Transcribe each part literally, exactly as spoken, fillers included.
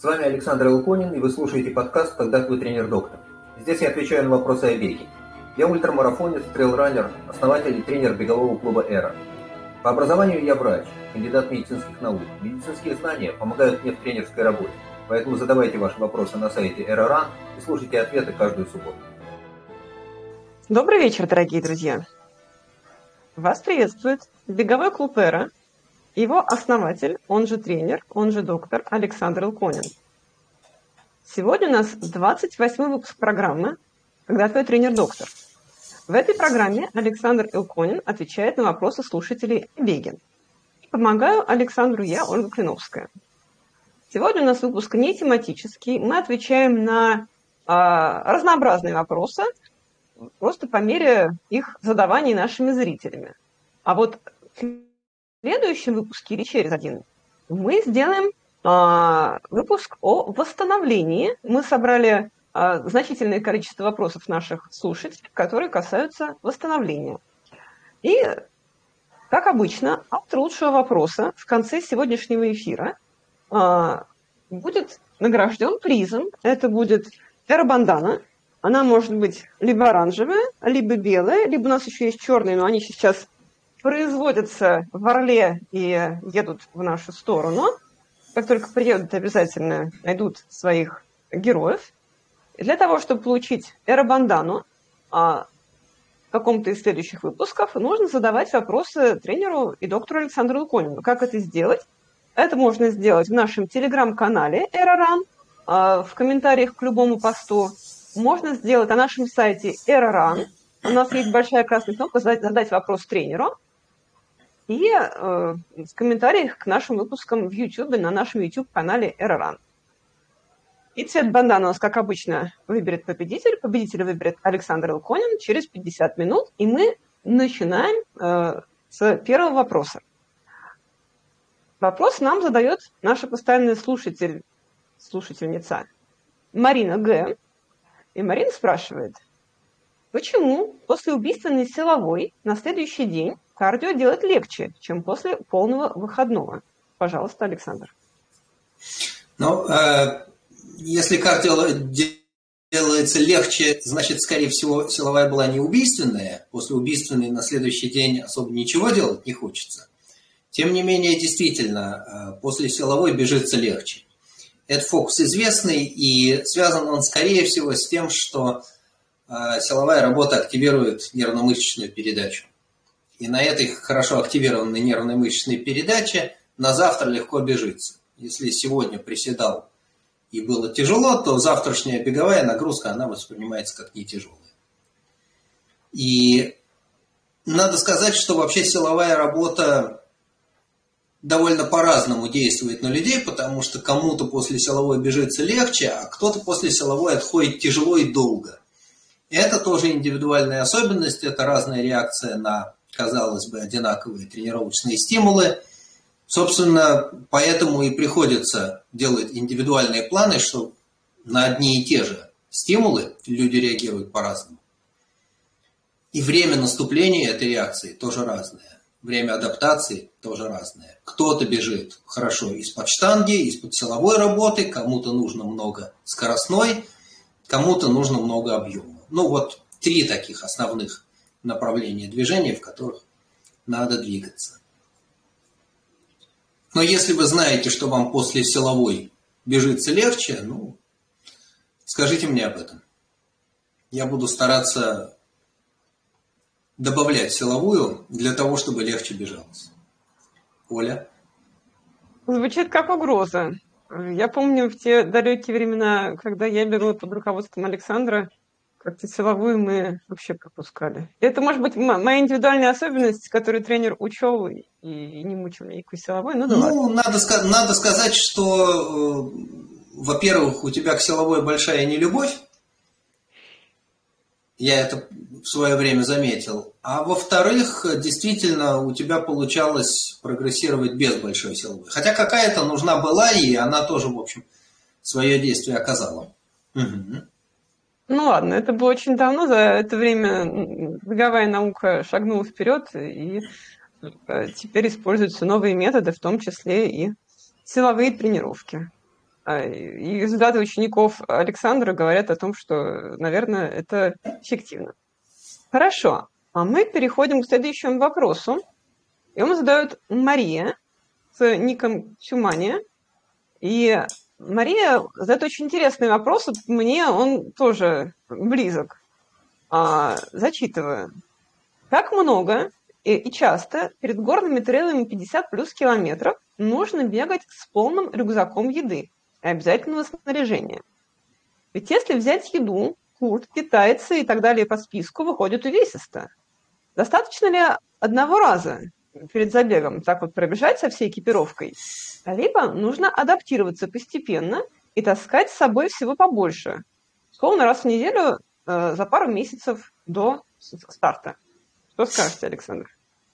С вами Александр Илконин, и вы слушаете подкаст «Когда твой тренер-доктор». Здесь я отвечаю на вопросы о беге. Я ультрамарафонец, трейлранер, основатель и тренер бегового клуба «Эра». По образованию я врач, кандидат медицинских наук. Медицинские знания помогают мне в тренерской работе. Поэтому задавайте ваши вопросы на сайте Эра.ран и слушайте ответы каждую субботу. Добрый вечер, дорогие друзья! Вас приветствует беговой клуб «Эра», его основатель, он же тренер, он же доктор Александр Илконин. Сегодня у нас двадцать восьмой выпуск программы «Когда твой тренер-доктор». В этой программе Александр Илконин отвечает на вопросы слушателей о беге. Помогаю Александру я, Ольга Клиновская. Сегодня у нас выпуск не тематический, мы отвечаем на а, разнообразные вопросы, просто по мере их задавания нашими зрителями. А вот в следующем выпуске или через один мы сделаем а, выпуск о восстановлении. Мы собрали а, значительное количество вопросов наших слушателей, которые касаются восстановления. И, как обычно, автор лучшего вопроса в конце сегодняшнего эфира а, будет награжден призом. Это будет эра-бандана. Она может быть либо оранжевая, либо белая, либо у нас еще есть черные, но они сейчас производятся в Орле и едут в нашу сторону. Как только приедут, обязательно найдут своих героев. И для того, чтобы получить эра-бандану а, в каком-то из следующих выпусков, нужно задавать вопросы тренеру и доктору Александру Илконину. Как это сделать? Это можно сделать в нашем телеграм-канале Эра.ран, а, в комментариях к любому посту. Можно сделать на нашем сайте Эра.ран. У нас есть большая красная кнопка «Задать вопрос тренеру». И э, в комментариях к нашим выпускам в YouTube, на нашем YouTube-канале Эра.ран. И цвет банданы у нас, как обычно, выберет победитель. Победителя выберет Александр Илконин через пятьдесят минут. И мы начинаем э, с первого вопроса. Вопрос нам задает наша постоянная слушатель, слушательница Марина Г. И Марина спрашивает, почему после убийственной силовой на следующий день кардио делать легче, чем после полного выходного? Пожалуйста, Александр. Ну, э, если кардио делается легче, значит, скорее всего, силовая была не убийственная. После убийственной на следующий день особо ничего делать не хочется. Тем не менее, действительно, э, после силовой бежится легче. Этот фокус известный, и связан он, скорее всего, с тем, что э, силовая работа активирует нервно-мышечную передачу. И на этой хорошо активированной нервно-мышечной передаче на завтра легко бежится. Если сегодня приседал и было тяжело, то завтрашняя беговая нагрузка, она воспринимается как не тяжелая. И надо сказать, что вообще силовая работа довольно по-разному действует на людей, потому что кому-то после силовой бежится легче, а кто-то после силовой отходит тяжело и долго. Это тоже индивидуальная особенность, это разная реакция на, казалось бы, одинаковые тренировочные стимулы. Собственно, поэтому и приходится делать индивидуальные планы, что на одни и те же стимулы люди реагируют по-разному. И время наступления этой реакции тоже разное. Время адаптации тоже разное. Кто-то бежит хорошо из-под штанги, из-под силовой работы, кому-то нужно много скоростной, кому-то нужно много объема. Ну вот три таких основных направления движения, в которых надо двигаться. Но если вы знаете, что вам после силовой бежится легче, ну, скажите мне об этом. Я буду стараться добавлять силовую для того, чтобы легче бежалось. Оля? Звучит как угроза. Я помню в те далекие времена, когда я бегала под руководством Александра, как-то силовую мы вообще пропускали. Это может быть моя индивидуальная особенность, которую тренер учел и не мучил никакой силовой. Ну, да ну ладно. надо, надо сказать, что, во-первых, у тебя к силовой большая нелюбовь. Я это в свое время заметил. А во-вторых, действительно, у тебя получалось прогрессировать без большой силовой. Хотя какая-то нужна была, и она тоже, в общем, свое действие оказала. Угу. Ну ладно, это было очень давно. За это время беговая наука шагнула вперед, и теперь используются новые методы, в том числе и силовые тренировки. И результаты учеников Александра говорят о том, что, наверное, это эффективно. Хорошо. А мы переходим к следующему вопросу. Его задает Мария с ником Тюмани. И Мария задает очень интересный вопрос. Мне он тоже близок. А, зачитываю. Как много и, и часто перед горными трейлами пятьдесят плюс километров нужно бегать с полным рюкзаком еды и обязательного снаряжения? Ведь если взять еду, куртки, тайцы и так далее по списку, выходит увесисто. Достаточно ли одного раза перед забегом так вот пробежать со всей экипировкой? Либо нужно адаптироваться постепенно и таскать с собой всего побольше. Словно раз в неделю э, за пару месяцев до старта. Что скажете, Александр?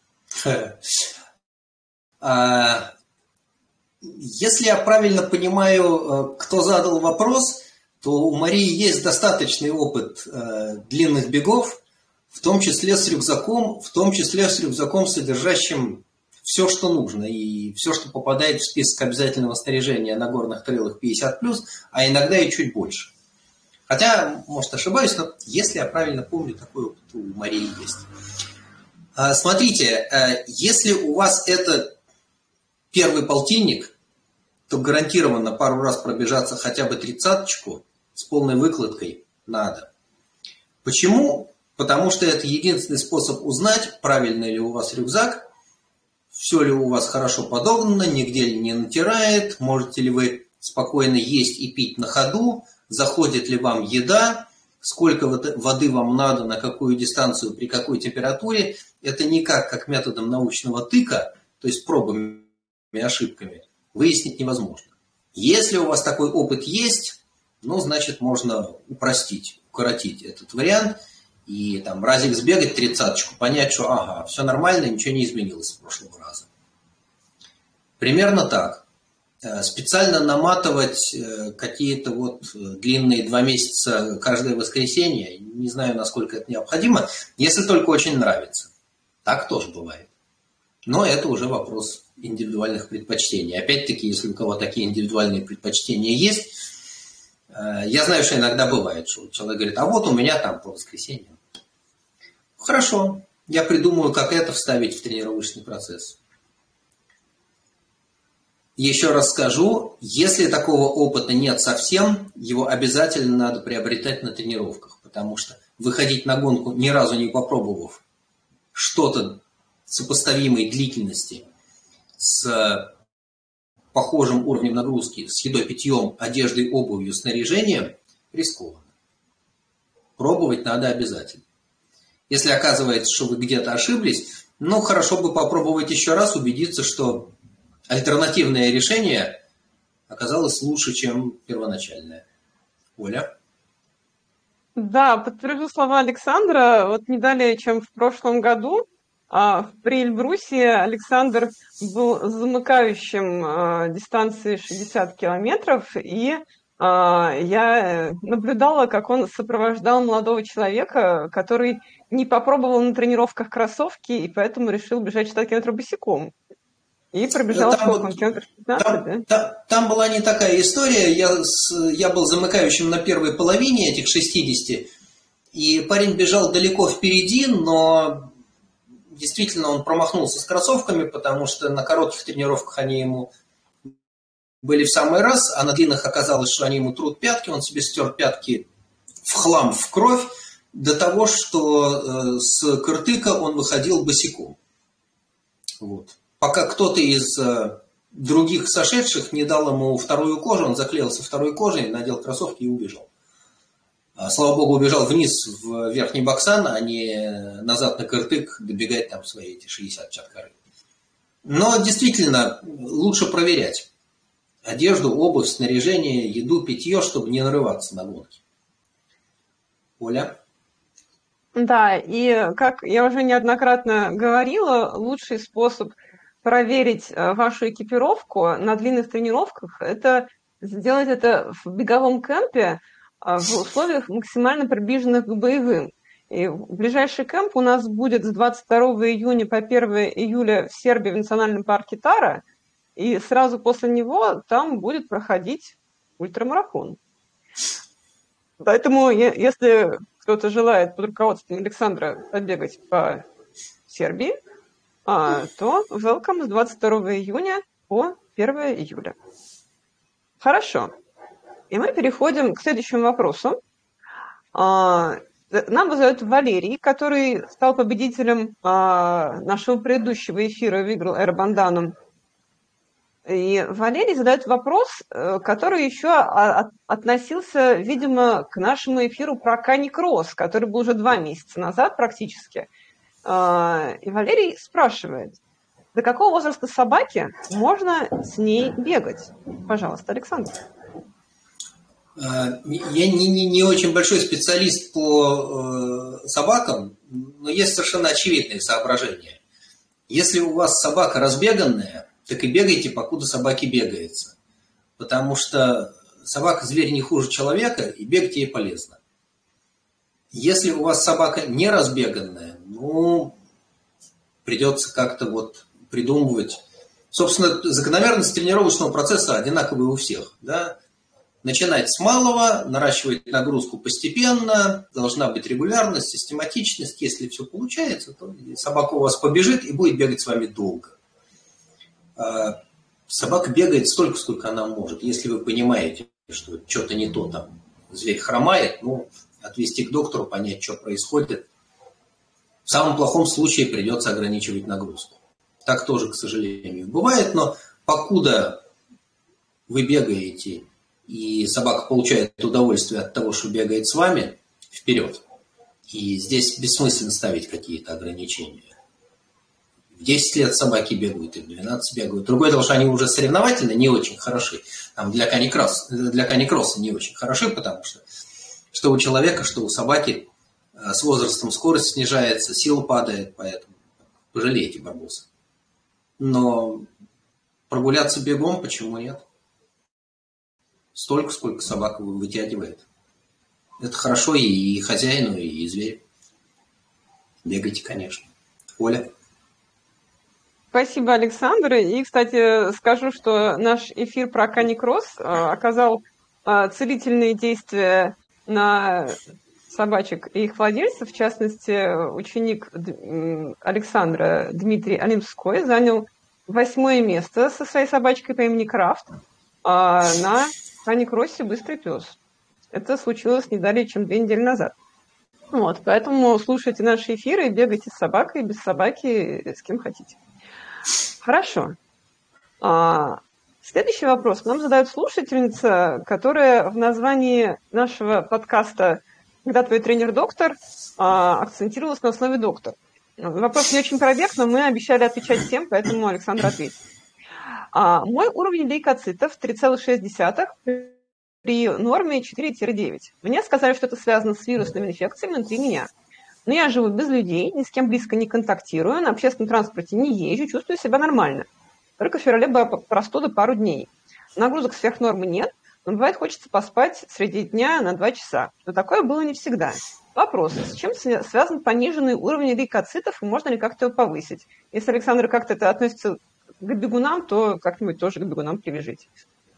Если я правильно понимаю, кто задал вопрос, то у Марии есть достаточный опыт длинных бегов, в том числе с рюкзаком, в том числе с рюкзаком, содержащим все, что нужно, и все, что попадает в список обязательного снаряжения на горных трейлах пятьдесят плюс, а иногда и чуть больше. Хотя, может, ошибаюсь, но если я правильно помню, такой опыт у Марии есть. Смотрите, если у вас это первый полтинник, то гарантированно пару раз пробежаться хотя бы тридцаточку с полной выкладкой надо. Почему? Потому что это единственный способ узнать, правильный ли у вас рюкзак, все ли у вас хорошо подогнано, нигде ли не натирает, можете ли вы спокойно есть и пить на ходу, заходит ли вам еда, сколько воды вам надо, на какую дистанцию, при какой температуре. Это никак как методом научного тыка, то есть пробами и ошибками, выяснить невозможно. Если у вас такой опыт есть, ну, значит, можно упростить, укоротить этот вариант и там разик сбегать, тридцаточку, понять, что ага, все нормально, ничего не изменилось с прошлого раза. Примерно так. Специально наматывать какие-то вот длинные два месяца каждое воскресенье, не знаю, насколько это необходимо, если только очень нравится. Так тоже бывает. Но это уже вопрос индивидуальных предпочтений. Опять-таки, если у кого такие индивидуальные предпочтения есть, я знаю, что иногда бывает, что человек говорит, а вот у меня там по воскресеньям. Хорошо, я придумаю, как это вставить в тренировочный процесс. Еще раз скажу, если такого опыта нет совсем, его обязательно надо приобретать на тренировках, потому что выходить на гонку, ни разу не попробовав что-то сопоставимой длительности с похожим уровнем нагрузки, с едой, питьем, одеждой, обувью, снаряжением, рискованно. Пробовать надо обязательно. Если оказывается, что вы где-то ошиблись, ну, хорошо бы попробовать еще раз, убедиться, что альтернативное решение оказалось лучше, чем первоначальное. Оля? Да, подтвержу слова Александра. Вот не далее, чем в прошлом году, при Эльбрусе Александр был замыкающим дистанции шестьдесят километров, и я наблюдала, как он сопровождал молодого человека, который не попробовал на тренировках кроссовки, и поэтому решил бежать шестьдесят километров босиком. И пробежал там, сколько? Километров пятнадцать, там, да? Там, там была не такая история. Я, с, я был замыкающим на первой половине этих шестидесяти, и парень бежал далеко впереди, но действительно он промахнулся с кроссовками, потому что на коротких тренировках они ему были в самый раз, а на длинных оказалось, что они ему трут пятки, он себе стер пятки в хлам, в кровь, до того, что э, с кыртыка он выходил босиком. Вот. Пока кто-то из э, других сошедших не дал ему вторую кожу, он заклеился второй кожей, надел кроссовки и убежал. А, слава богу, убежал вниз в верхний баксан, а не назад на кыртык добегать там свои эти шестьдесят чаткары. Но действительно, лучше проверять одежду, обувь, снаряжение, еду, питье, чтобы не нарываться на гонки. Оля? Да, и как я уже неоднократно говорила, лучший способ проверить вашу экипировку на длинных тренировках – это сделать это в беговом кемпе в условиях максимально приближенных к боевым. И ближайший кемп у нас будет с двадцать второго июня по первого июля в Сербии в национальном парке Тара, и сразу после него там будет проходить ультрамарафон. Поэтому, если кто-то желает под руководством Александра побегать по Сербии, то welcome с двадцать второго июня по первого июля. Хорошо. И мы переходим к следующему вопросу. Нам задает Валерий, который стал победителем нашего предыдущего эфира, выиграл Эра-бандану. И Валерий задает вопрос, который еще относился, видимо, к нашему эфиру про каникросс, который был уже два месяца назад практически. И Валерий спрашивает, до какого возраста собаки можно с ней бегать? Пожалуйста, Александр. Я не, не, не очень большой специалист по э, собакам, но есть совершенно очевидные соображения. Если у вас собака разбеганная, так и бегайте, покуда собаке бегается. Потому что собака-зверь не хуже человека, и бегать ей полезно. Если у вас собака не разбеганная, ну, придется как-то вот придумывать. Собственно, закономерность тренировочного процесса одинаковая у всех, да. Начинать с малого, наращивать нагрузку постепенно, должна быть регулярность, систематичность. Если все получается, то собака у вас побежит и будет бегать с вами долго. Собака бегает столько, сколько она может. Если вы понимаете, что что-то не то, там зверь хромает, ну, отвезти к доктору, понять, что происходит. В самом плохом случае придется ограничивать нагрузку. Так тоже, к сожалению, бывает, но покуда вы бегаете, и собака получает удовольствие от того, что бегает с вами, вперед. И здесь бессмысленно ставить какие-то ограничения. В десять лет собаки бегают, и в двенадцать бегают. Другое дело, что они уже соревновательно не очень хороши. Там для каникросса, для каникросса не очень хороши, потому что что у человека, что у собаки с возрастом скорость снижается, сила падает, поэтому пожалейте барбоса. Но прогуляться бегом почему нет? Столько, сколько собака вытягивает. Это хорошо и хозяину, и зверю. Бегайте, конечно. Оля? Спасибо, Александр. И, кстати, скажу, что наш эфир про каникросс оказал целительные действия на собачек и их владельцев. В частности, ученик Александра Дмитрий Олимской занял восьмое место со своей собачкой по имени Крафт на каникроссе «Быстрый пес». Это случилось не далее, чем две недели назад. Вот, поэтому слушайте наши эфиры и бегайте с собакой, без собаки, с кем хотите. Хорошо. Следующий вопрос нам задает слушательница, которая в названии нашего подкаста «Когда твой тренер-доктор» акцентировалась на слове «доктор». Вопрос не очень пробег, но мы обещали отвечать всем, поэтому Александр ответит. Мой уровень лейкоцитов три целых шесть десятых при норме четыре девять. Мне сказали, что это связано с вирусными инфекциями внутри меня. Но я живу без людей, ни с кем близко не контактирую, на общественном транспорте не езжу, чувствую себя нормально. Только в феврале была простуда пару дней. Нагрузок сверх нормы нет, но бывает хочется поспать среди дня на два часа. Но такое было не всегда. Вопрос, с чем связан пониженный уровень лейкоцитов и можно ли как-то его повысить? Если, Александр, как-то это относится к бегунам, то как-нибудь тоже к бегунам привяжите.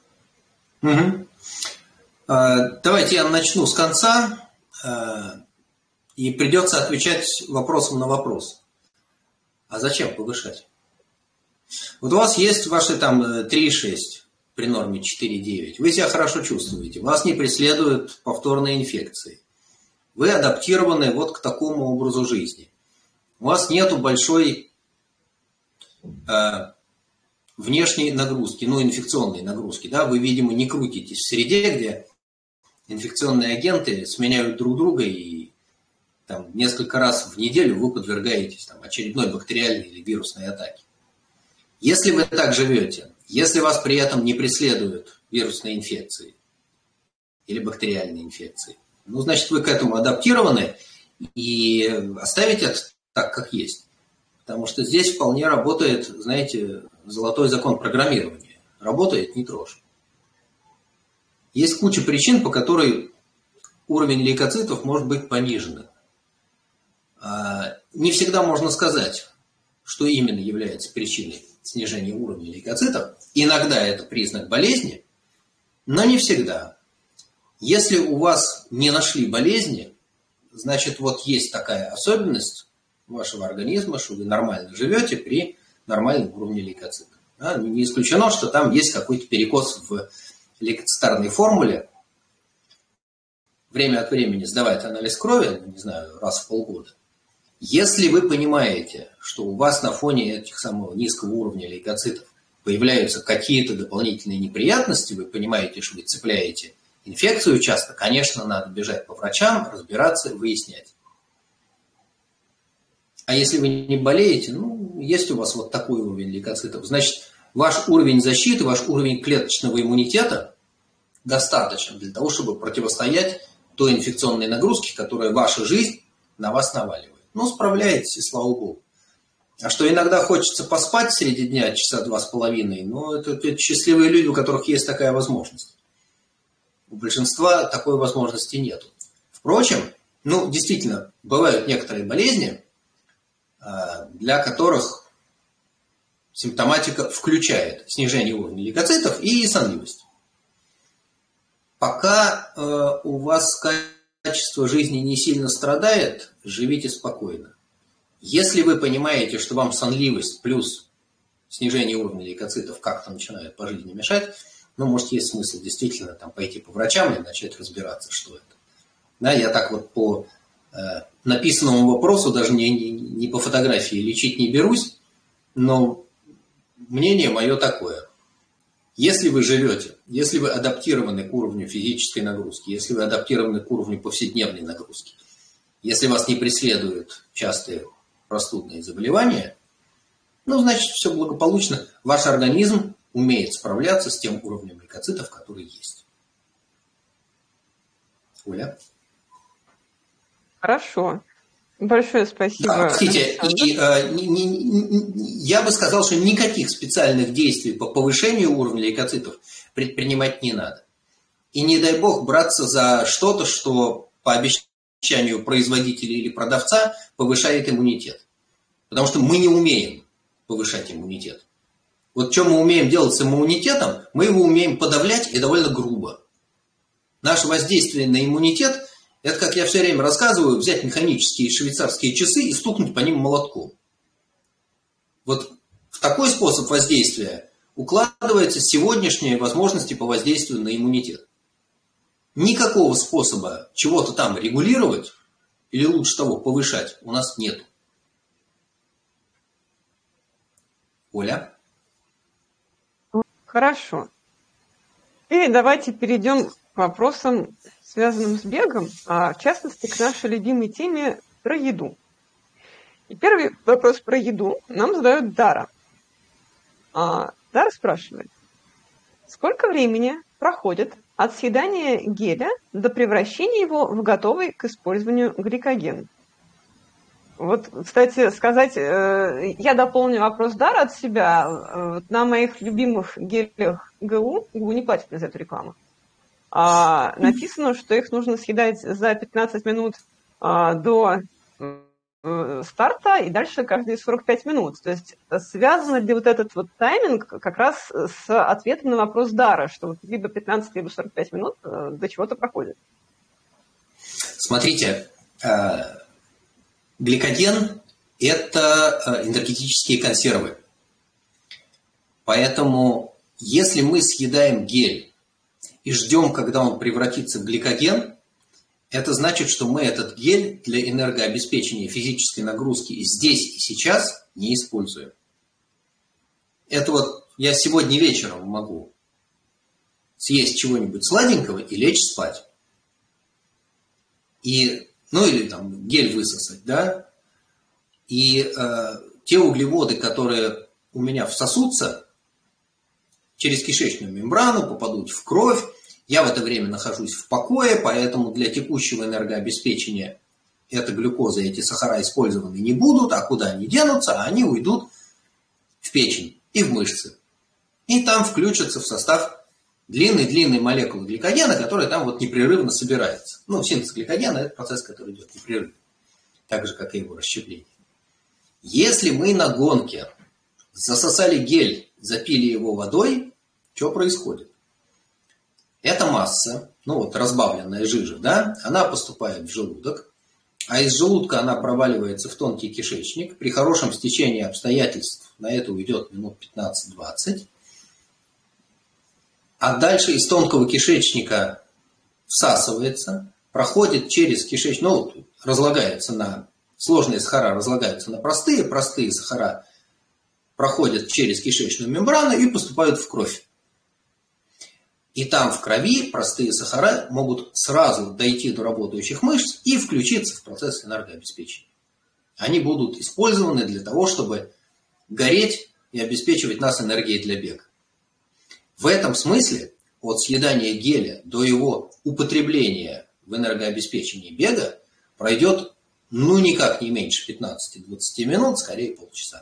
Угу. Давайте я начну с конца, и придется отвечать вопросом на вопрос. А зачем повышать? Вот у вас есть ваши там три шесть при норме четыре девять. Вы себя хорошо чувствуете, вас не преследуют повторные инфекции. Вы адаптированы вот к такому образу жизни. У вас нету большой внешней нагрузки, ну, инфекционной нагрузки, да, вы, видимо, не крутитесь в среде, где инфекционные агенты сменяют друг друга, и там несколько раз в неделю вы подвергаетесь там очередной бактериальной или вирусной атаке. Если вы так живете, если вас при этом не преследуют вирусные инфекции или бактериальные инфекции, ну, значит, вы к этому адаптированы и оставите это так, как есть. Потому что здесь вполне работает, знаете, золотой закон программирования. Работает, не трожь. Есть куча причин, по которой уровень лейкоцитов может быть понижен. Не всегда можно сказать, что именно является причиной снижения уровня лейкоцитов. Иногда это признак болезни, Но не всегда. Если у вас не нашли болезни, значит, вот есть такая особенность вашего организма, что вы нормально живете при нормальном уровне лейкоцитов. Да? Не исключено, что там есть какой-то перекос в лейкоцитарной формуле. Время от времени сдавать анализ крови, не знаю, раз в полгода. Если вы понимаете, что у вас на фоне этих самого низкого уровня лейкоцитов появляются какие-то дополнительные неприятности, вы понимаете, что вы цепляете инфекцию часто, конечно, надо бежать по врачам, разбираться, выяснять. А если вы не болеете, ну, есть у вас вот такой уровень лейкоцитов, значит, ваш уровень защиты, ваш уровень клеточного иммунитета достаточен для того, чтобы противостоять той инфекционной нагрузке, которая ваша жизнь на вас наваливает. Ну, справляетесь, и слава богу. А что иногда хочется поспать среди дня часа два с половиной, ну, это, это счастливые люди, у которых есть такая возможность. У большинства такой возможности нет. Впрочем, ну, действительно, бывают некоторые болезни, для которых симптоматика включает снижение уровня лейкоцитов и сонливость. Пока у вас качество жизни не сильно страдает, живите спокойно. Если вы понимаете, что вам сонливость плюс снижение уровня лейкоцитов как-то начинает по жизни мешать, ну, может, есть смысл действительно там пойти по врачам и начать разбираться, что это. Да, я так вот по э, написанному вопросу, даже не, не, не по фотографии лечить не берусь, но мнение мое такое. Если вы живете, если вы адаптированы к уровню физической нагрузки, если вы адаптированы к уровню повседневной нагрузки, если вас не преследуют частые простудные заболевания, ну, значит, все благополучно. Ваш организм умеет справляться с тем уровнем лейкоцитов, который есть. Оля? Хорошо. Большое спасибо. Да, кстати, и, э, не, не, не, я бы сказал, что никаких специальных действий по повышению уровня лейкоцитов предпринимать не надо. И не дай бог браться за что-то, что по обещанию производителя или продавца повышает иммунитет. Потому что мы не умеем повышать иммунитет. Вот что мы умеем делать с иммунитетом, мы его умеем подавлять и довольно грубо. Наше воздействие на иммунитет – это, как я все время рассказываю, взять механические швейцарские часы и стукнуть по ним молотком. Вот в такой способ воздействия укладываются сегодняшние возможности по воздействию на иммунитет. Никакого способа чего-то там регулировать или лучше того повышать у нас нет. Оля? Хорошо. И давайте перейдем к вопросам, связанным с бегом, а в частности к нашей любимой теме про еду. И первый вопрос про еду нам задает Дара. А Дара спрашивает, сколько времени проходит от съедания геля до превращения его в готовый к использованию гликоген? Вот, кстати, сказать, я дополню вопрос Дара от себя. На моих любимых гелях ГУ, ГУ не платит мне за эту рекламу, а, написано, что их нужно съедать за пятнадцать минут а, до а, старта и дальше каждые сорок пять минут. То есть связан ли вот этот вот тайминг как раз с ответом на вопрос Дара, что вот либо пятнадцать, либо сорок пять минут а, до чего-то проходит? Смотрите, гликоген – это энергетические консервы. Поэтому, если мы съедаем гель и ждем, когда он превратится в гликоген, это значит, что мы этот гель для энергообеспечения физической нагрузки здесь и сейчас не используем. Это вот я сегодня вечером могу съесть чего-нибудь сладенького и лечь спать. И, ну или там гель высосать, да? И э, те углеводы, которые у меня всосутся через кишечную мембрану, попадут в кровь. Я в это время нахожусь в покое, поэтому для текущего энергообеспечения эта глюкоза, эти сахара использованы не будут, а куда они денутся, они уйдут в печень и в мышцы. И там включатся в состав длинной-длинной молекулы гликогена, которая там вот непрерывно собирается. Ну, синтез гликогена – это процесс, который идет непрерывно, так же, как и его расщепление. Если мы на гонке засосали гель, запили его водой, что происходит? Эта масса, ну вот разбавленная жижа, да, она поступает в желудок, а из желудка она проваливается в тонкий кишечник. При хорошем стечении обстоятельств на это уйдет минут пятнадцать-двадцать. А дальше из тонкого кишечника всасывается, проходит через кишечник, ну, разлагается на сложные сахара, разлагаются на простые, простые сахара проходят через кишечную мембрану и поступают в кровь. И там в крови простые сахара могут сразу дойти до работающих мышц и включиться в процесс энергообеспечения. Они будут использованы для того, чтобы гореть и обеспечивать нас энергией для бега. В этом смысле от съедания геля до его употребления в энергообеспечении бега пройдет ну никак не меньше пятнадцати-двадцати минут, скорее полчаса.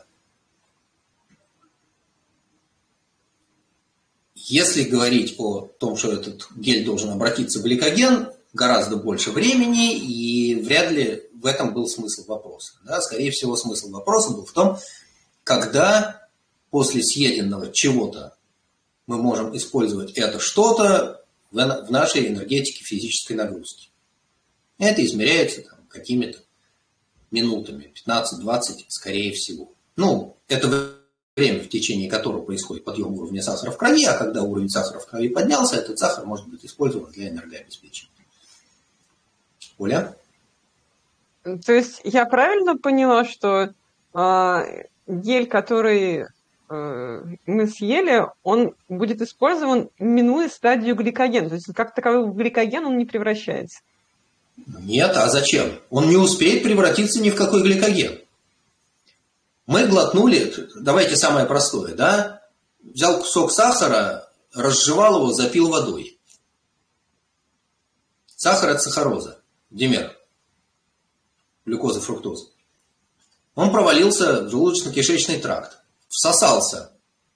Если говорить о том, что этот гель должен обратиться в гликоген, гораздо больше времени, и вряд ли в этом был смысл вопроса. Да? Скорее всего, смысл вопроса был в том, когда после съеденного чего-то мы можем использовать это что-то в нашей энергетике физической нагрузки. Это измеряется там, какими-то минутами, пятнадцать-двадцать, скорее всего. Ну, это время, в течение которого происходит подъем уровня сахара в крови, а когда уровень сахара в крови поднялся, этот сахар может быть использован для энергообеспечения. Оля? То есть я правильно поняла, что э, гель, который э, мы съели, он будет использован, минуя стадию гликогена? То есть как таковой в гликоген он не превращается? Нет, а зачем? Он не успеет превратиться ни в какой гликоген. Мы глотнули, давайте самое простое, да? Взял кусок сахара, разжевал его, запил водой. Сахар – это сахароза, димер, глюкоза, фруктоза. Он провалился в желудочно-кишечный тракт, всосался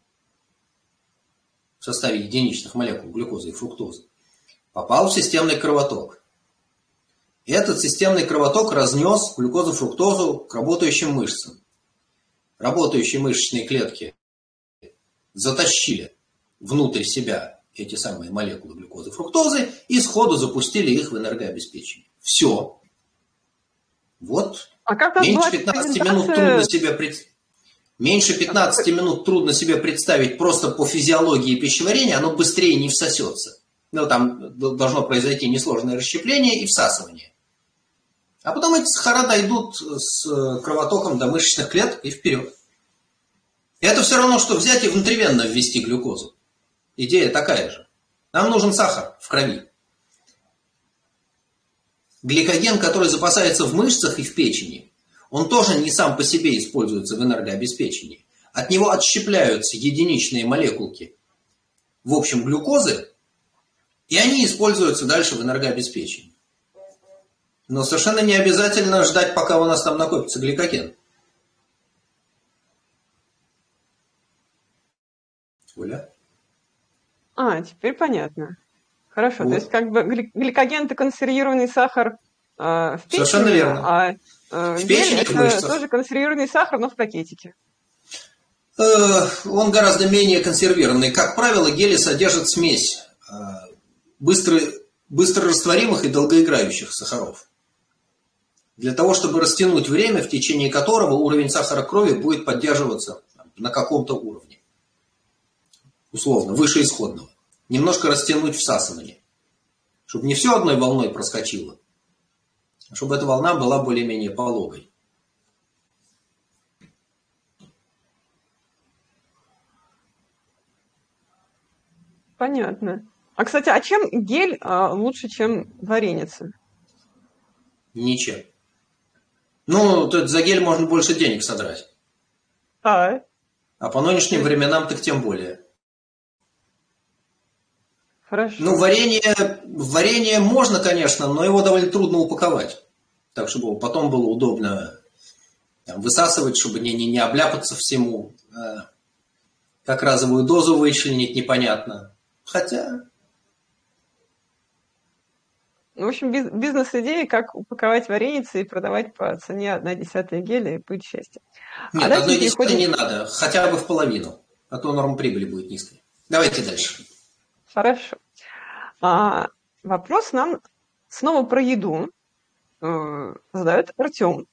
в составе единичных молекул глюкозы и фруктозы, попал в системный кровоток. И этот системный кровоток разнес глюкозу, фруктозу к работающим мышцам. Работающие мышечные клетки затащили внутрь себя эти самые молекулы глюкозы, фруктозы и сходу запустили их в энергообеспечение. Все. Вот. А как меньше пятнадцати минут трудно себе представить. Меньше пятнадцати минут трудно себе представить просто по физиологии пищеварения, оно быстрее не всосется. Ну, там должно произойти несложное расщепление и всасывание. А потом эти сахара дойдут с кровотоком до мышечных клеток и вперед. Это все равно, что взять и внутривенно ввести глюкозу. Идея такая же. Нам нужен сахар в крови. Гликоген, который запасается в мышцах и в печени, он тоже не сам по себе используется в энергообеспечении. От него отщепляются единичные молекулки, в общем, глюкозы, и они используются дальше в энергообеспечении. Но совершенно не обязательно ждать, пока у нас там накопится гликоген. Оля? А, теперь понятно. Хорошо, Вот. то есть как бы гликоген – это консервированный сахар э, в печени, Совершенно верно. а э, В гель печени, это в мышцах. тоже консервированный сахар, но в пакетике. Э, он гораздо менее консервированный. Как правило, гели содержат смесь э, быстро, быстрорастворимых и долгоиграющих сахаров. Для того, чтобы растянуть время, в течение которого уровень сахара крови будет поддерживаться на каком-то уровне. Условно, выше исходного. Немножко растянуть всасывание. Чтобы не все одной волной проскочило, а чтобы эта волна была более-менее пологой. Понятно. А, кстати, а чем гель а, лучше, чем вареница? Ничем. Ну, тут за гель можно больше денег содрать. А, А по нынешним временам так тем более. хорошо. Ну, варенье, варенье можно, конечно, но его довольно трудно упаковать. Так, чтобы потом было удобно там, высасывать, чтобы не, не, не обляпаться всему. А как разовую дозу вычленить, непонятно. Хотя... В общем, биз- бизнес-идея, как упаковать вареницы и продавать по цене одна десятая геля, и будет счастье. Нет, а дальше одной мы десятой переходим... не надо, хотя бы в половину, а то норма прибыли будет низкой. Давайте дальше. Хорошо. А, вопрос нам снова про еду э, задает Артем.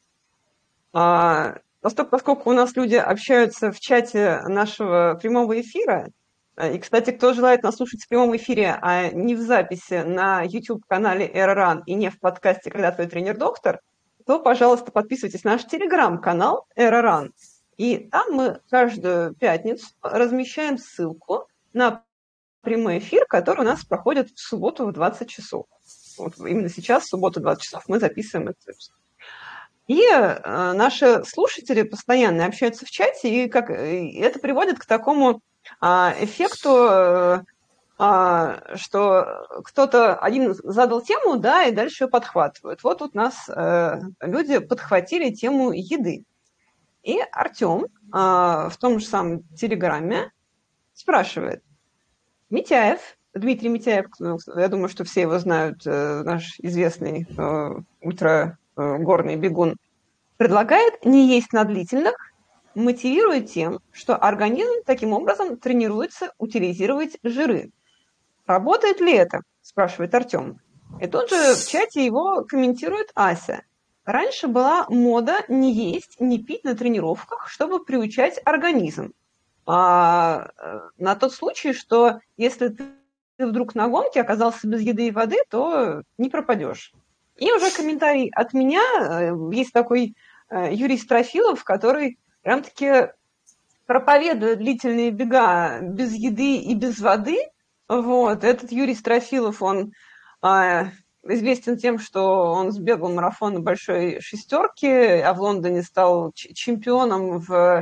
А, поскольку, поскольку у нас люди общаются в чате нашего прямого эфира, и, кстати, кто желает нас слушать в прямом эфире, а не в записи на YouTube-канале Эроран и не в подкасте «Когда твой тренер-доктор», то, пожалуйста, подписывайтесь на наш телеграм-канал Эроран. И там мы каждую пятницу размещаем ссылку на прямой эфир, который у нас проходит в субботу в двадцать часов. Вот именно сейчас, в субботу в двадцать часов, мы записываем этот выпуск. И э, наши слушатели постоянно общаются в чате, и, как, и это приводит к такому э, эффекту, э, э, что кто-то один задал тему, да, и дальше ее подхватывают. Вот тут нас э, люди подхватили тему еды. И Артем э, в том же самом Телеграме спрашивает: Митяев, Дмитрий Митяев, я думаю, что все его знают, э, наш известный э, ультрагорный бегун, предлагает не есть на длительных, мотивируя тем, что организм таким образом тренируется утилизировать жиры. Работает ли это? Спрашивает Артем. И тут же в чате его комментирует Ася. Раньше была мода не есть, не пить на тренировках, чтобы приучать организм. А, на тот случай, что если ты вдруг на гонке оказался без еды и воды, то не пропадешь. И уже комментарий от меня. Есть такой Юрий Строфилов, который прям-таки проповедует длительные бега без еды и без воды. Вот. Этот Юрий Строфилов, он а, известен тем, что он сбегал марафон на большой шестерке, а в Лондоне стал чемпионом в...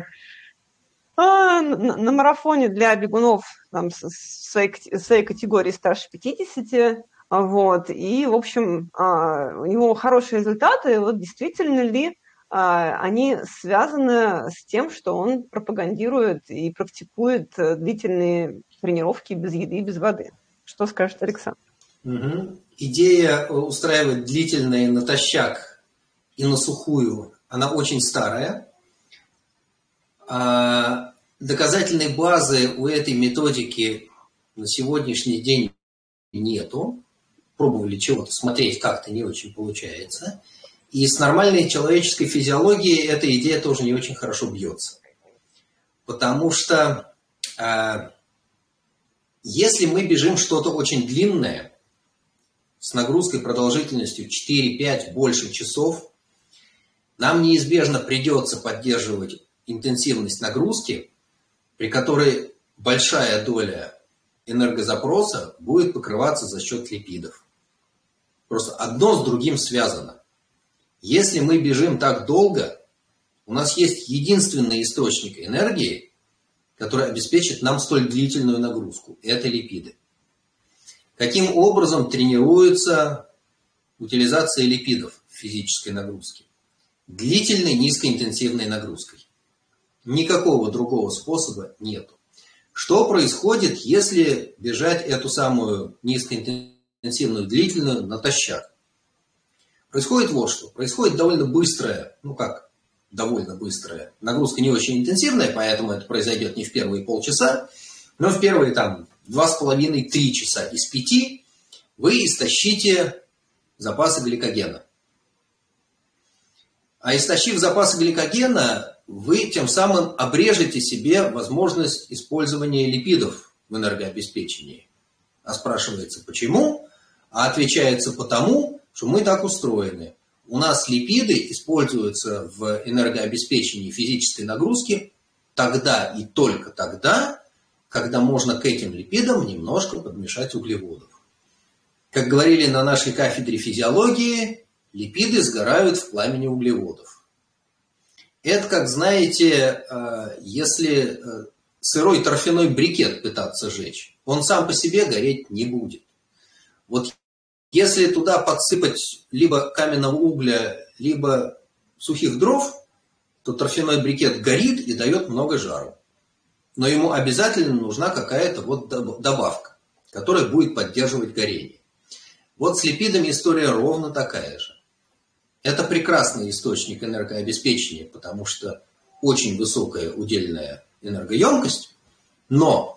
На, на марафоне для бегунов там, с своей, своей категории старше пятидесяти. Вот. И, в общем, у него хорошие результаты. Вот действительно ли они связаны с тем, что он пропагандирует и практикует длительные тренировки без еды и без воды? Что скажет Александр? Угу. Идея устраивать длительные натощак и на сухую, она очень старая. А доказательной базы у этой методики на сегодняшний день нету. Пробовали чего-то смотреть, как-то не очень получается. И с нормальной человеческой физиологией эта идея тоже не очень хорошо бьется. Потому что а, если мы бежим что-то очень длинное, с нагрузкой продолжительностью четыре-пять, больше часов, нам неизбежно придется поддерживать интенсивность нагрузки, при которой большая доля энергозапроса будет покрываться за счет липидов. Просто одно с другим связано. Если мы бежим так долго, у нас есть единственный источник энергии, который обеспечит нам столь длительную нагрузку. Это липиды. Каким образом тренируется утилизация липидов в физической нагрузке? Длительной низкоинтенсивной нагрузкой. Никакого другого способа нету. Что происходит, если бежать эту самую низкоинтенсивную длительную натощак? Происходит вот что. Происходит довольно быстрая, ну как довольно быстрая, нагрузка не очень интенсивная, поэтому это произойдет не в первые полчаса, но в первые там два с половиной-три часа из пяти вы истощите запасы гликогена. А истощив запасы гликогена, вы тем самым обрежете себе возможность использования липидов в энергообеспечении. А спрашивается, почему? А отвечается потому, что мы так устроены. У нас липиды используются в энергообеспечении физической нагрузки тогда и только тогда, когда можно к этим липидам немножко подмешать углеводов. Как говорили на нашей кафедре физиологии, липиды сгорают в пламени углеводов. Это, как знаете, если сырой торфяной брикет пытаться жечь, он сам по себе гореть не будет. Вот если туда подсыпать либо каменного угля, либо сухих дров, то торфяной брикет горит и дает много жару. Но ему обязательно нужна какая-то вот добавка, которая будет поддерживать горение. Вот с липидами история ровно такая же. Это прекрасный источник энергообеспечения, потому что очень высокая удельная энергоемкость, но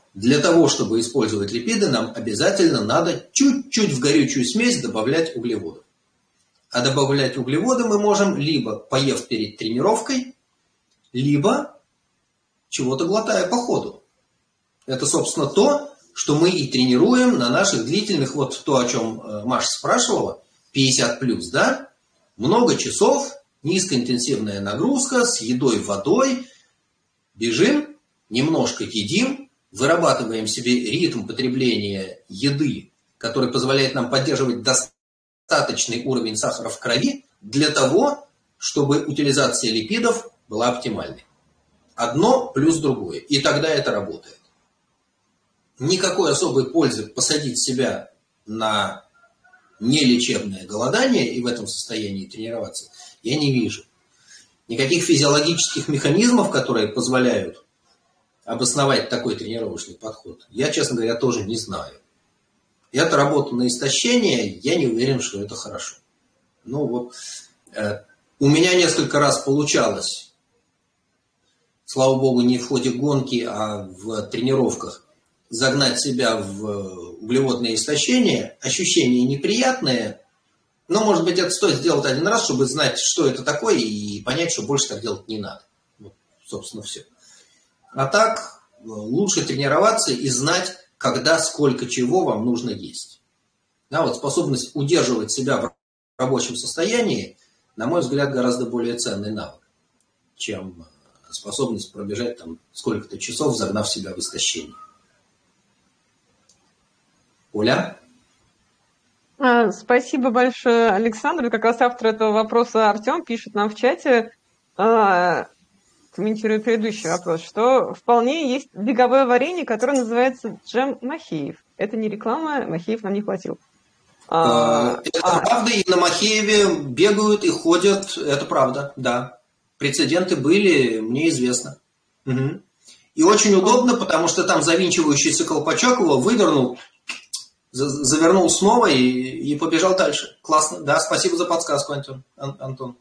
Для того, чтобы использовать липиды, нам обязательно надо чуть-чуть в горючую смесь добавлять углеводов. А добавлять углеводы мы можем либо поев перед тренировкой, либо чего-то глотая по ходу. Это, собственно, то, что мы и тренируем на наших длительных, вот то, о чем Маша спрашивала, пятьдесят плюс, да? Много часов, низкоинтенсивная нагрузка с едой, водой, бежим, немножко едим, вырабатываем себе ритм потребления еды, который позволяет нам поддерживать достаточный уровень сахара в крови для того, чтобы утилизация липидов была оптимальной. Одно плюс другое. И тогда это работает. Никакой особой пользы посадить себя на нелечебное голодание и в этом состоянии тренироваться я не вижу. Никаких физиологических механизмов, которые позволяют обосновать такой тренировочный подход, я, честно говоря, тоже не знаю. Это работа на истощение, я не уверен, что это хорошо. Ну вот, э, у меня несколько раз получалось, слава богу, не в ходе гонки, а в тренировках, загнать себя в углеводное истощение, ощущения неприятные, но, может быть, это стоит сделать один раз, чтобы знать, что это такое, и понять, что больше так делать не надо. Вот, собственно, все. А так, лучше тренироваться и знать, когда, сколько чего вам нужно есть. Да, вот способность удерживать себя в рабочем состоянии, на мой взгляд, гораздо более ценный навык, чем способность пробежать там сколько-то часов, загнав себя в истощение. Оля? Спасибо большое, Александр. Как раз автор этого вопроса Артем пишет нам в чате, комментируя предыдущий вопрос, что вполне есть беговое варенье, которое называется джем Махеев. Это не реклама, Махеев нам не платил. Это а... правда, и на Махееве бегают и ходят, это правда, да. Прецеденты были, мне известно. Угу. И очень удобно, потому что там завинчивающийся колпачок его вывернул, завернул снова и, и побежал дальше. Классно. Да, спасибо за подсказку, Антон. Антон.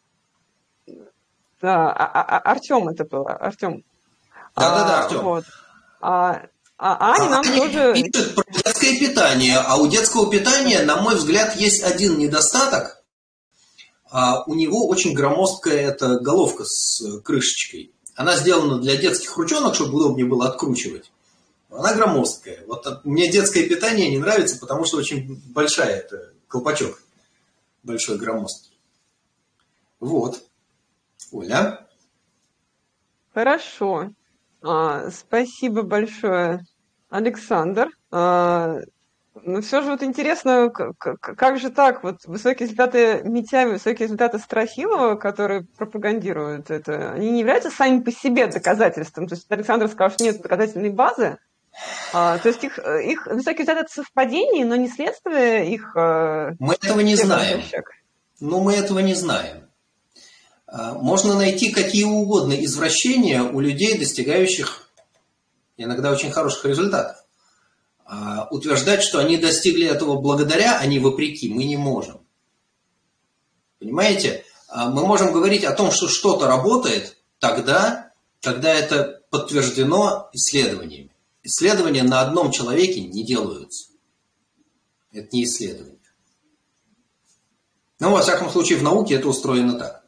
Да, а, а, Артем это было, Артем. Да-да-да, Артем. Вот. А, а Аня нам Аня тоже... пишет про детское питание. А у детского питания, на мой взгляд, есть один недостаток. А у него очень громоздкая эта головка с крышечкой. Она сделана для детских ручонок, чтобы удобнее было откручивать. Она громоздкая. Вот мне детское питание не нравится, потому что очень большая это колпачок. Большой громоздкий. Вот. Оля? Хорошо. А, спасибо большое, Александр. А, но все же вот интересно, как, как же так? Вот высокие результаты Митяева, высокие результаты Страхилова, которые пропагандируют это, они не являются сами по себе доказательством. То есть Александр сказал, что нет доказательной базы. А, то есть их, их высокие результаты – это совпадение, но не следствие их… Мы этого не знаем. Но мы этого не знаем. Можно найти какие угодно извращения у людей, достигающих иногда очень хороших результатов. А утверждать, что они достигли этого благодаря, а не вопреки, мы не можем. Понимаете? Мы можем говорить о том, что что-то работает тогда, когда это подтверждено исследованиями. Исследования на одном человеке не делаются. Это не исследование. Но, во всяком случае, в науке это устроено так.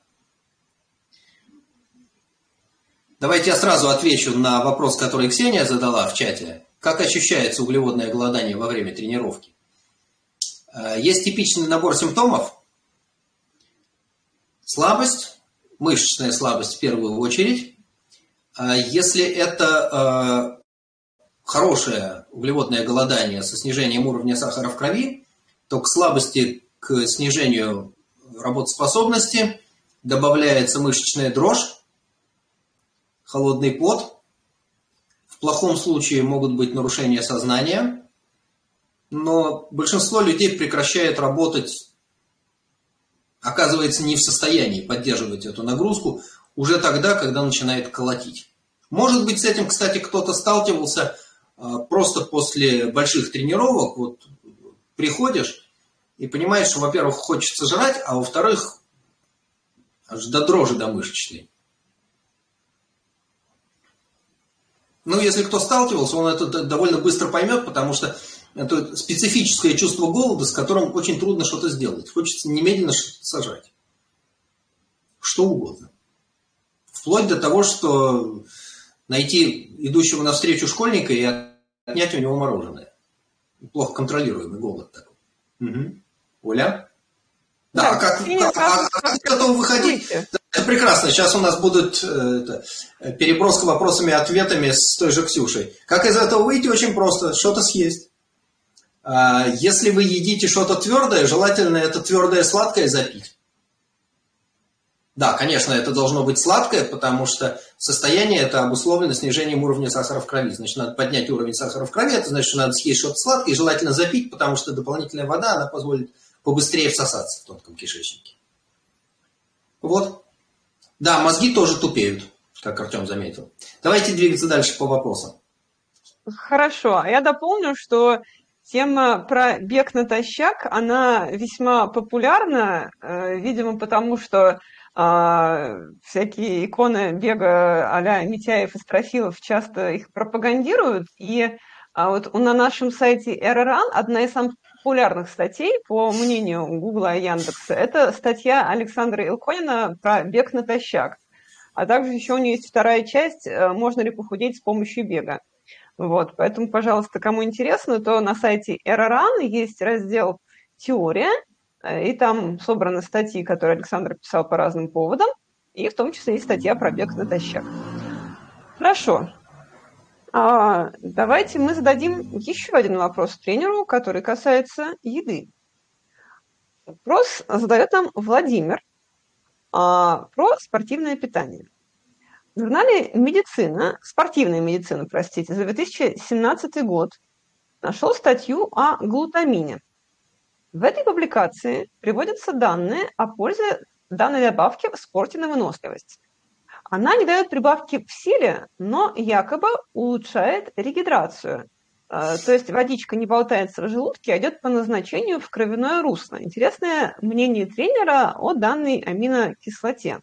Давайте я сразу отвечу на вопрос, который Ксения задала в чате. Как ощущается углеводное голодание во время тренировки? Есть типичный набор симптомов. Слабость, мышечная слабость в первую очередь. Если это хорошее углеводное голодание со снижением уровня сахара в крови, то к слабости, к снижению работоспособности добавляется мышечная дрожь, холодный пот. В плохом случае могут быть нарушения сознания, но большинство людей прекращает работать, оказывается, не в состоянии поддерживать эту нагрузку уже тогда, когда начинает колотить. Может быть, с этим, кстати, кто-то сталкивался просто после больших тренировок. Вот приходишь и понимаешь, что, во-первых, хочется жрать, а во-вторых, аж до дрожи до мышечной. Ну, если кто сталкивался, он это довольно быстро поймет, потому что это специфическое чувство голода, с которым очень трудно что-то сделать. Хочется немедленно что-то сажать. Что угодно. Вплоть до того, что найти идущего навстречу школьника и отнять у него мороженое. Плохо контролируемый голод такой. Угу. Оля? Да, да, а как, как, а, как из этого выходить? Это прекрасно. Сейчас у нас будет это, переброска вопросами и ответами с той же Ксюшей. Как из этого выйти? Очень просто. Что-то съесть. А, если вы едите что-то твердое, желательно это твердое сладкое запить. Да, конечно, это должно быть сладкое, потому что состояние это обусловлено снижением уровня сахара в крови. Значит, надо поднять уровень сахара в крови, это значит, что надо съесть что-то сладкое и желательно запить, потому что дополнительная вода, она позволит побыстрее всосаться в тонком кишечнике. Вот. Да, мозги тоже тупеют, как Артем заметил. Давайте двигаться дальше по вопросам. Хорошо. Я дополню, что тема про бег натощак, она весьма популярна, видимо, потому что всякие иконы бега а-ля Митяев и Строфилов часто их пропагандируют. И вот на нашем сайте Эроран одна из самых популярных статей, по мнению Гугла и Яндекса, это статья Александра Илконина про бег натощак. А также еще у нее есть вторая часть «Можно ли похудеть с помощью бега?». Вот, поэтому, пожалуйста, кому интересно, то на сайте Эроран есть раздел «Теория», и там собраны статьи, которые Александр писал по разным поводам, и в том числе есть статья про бег натощак. Хорошо. А, давайте мы зададим еще один вопрос тренеру, который касается еды. Вопрос задает нам Владимир а, про спортивное питание. В журнале «Медицина», спортивная медицина, простите, за две тысячи семнадцатый год нашел статью о глутамине. В этой публикации приводятся данные о пользе данной добавки в спорте на выносливость. Она не дает прибавки в силе, но якобы улучшает регидрацию. То есть водичка не болтается в желудке, а идет по назначению в кровяное русло. Интересное мнение тренера о данной аминокислоте.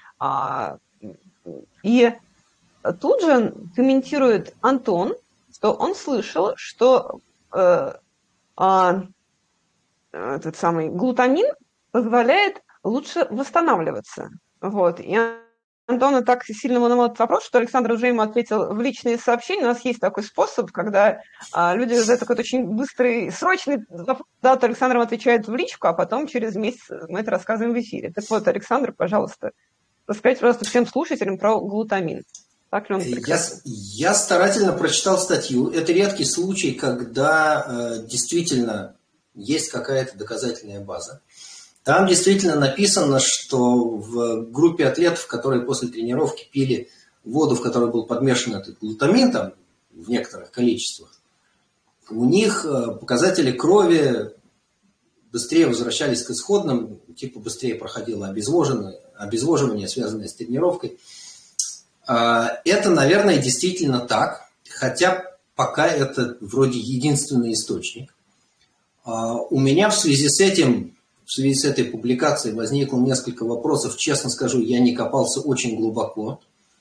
И тут же комментирует Антон, что он слышал, что э, э, этот самый глутамин позволяет лучше восстанавливаться. Вот. И Антона так сильно волновал этот вопрос, что Александр уже ему ответил в личные сообщения. У нас есть такой способ, когда а, люди задают такой очень быстрый, срочный вопрос, да, то Александр отвечает в личку, а потом через месяц мы это рассказываем в эфире. Так вот, Александр, пожалуйста, расскажите, пожалуйста, всем слушателям про глутамин. Так ли он прекрасен? Я, я старательно прочитал статью. Это редкий случай, когда э, действительно есть какая-то доказательная база. Там действительно написано, что в группе атлетов, которые после тренировки пили воду, в которой был подмешан этот глутамин, там, в некоторых количествах, у них показатели крови быстрее возвращались к исходным, типа быстрее проходило обезвоживание, обезвоживание, связанное с тренировкой. Это, наверное, действительно так, хотя пока это вроде единственный источник. У меня в связи с этим... В связи с этой публикацией возникло несколько вопросов. Честно скажу, я не копался очень глубоко.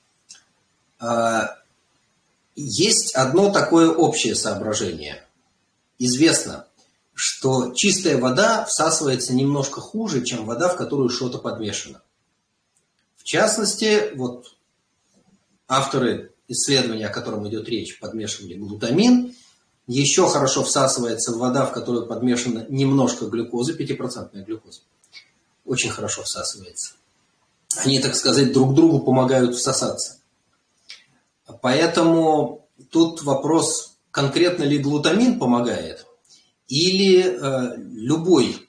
Есть одно такое общее соображение. Известно, что чистая вода всасывается немножко хуже, чем вода, в которую что-то подмешано. В частности, вот авторы исследования, о котором идет речь, подмешивали глутамин. Еще хорошо всасывается вода, в которую подмешана немножко глюкозы, пятипроцентная глюкоза. Очень хорошо всасывается. Они, так сказать, друг другу помогают всосаться. Поэтому тут вопрос, конкретно ли глутамин помогает, или э, любой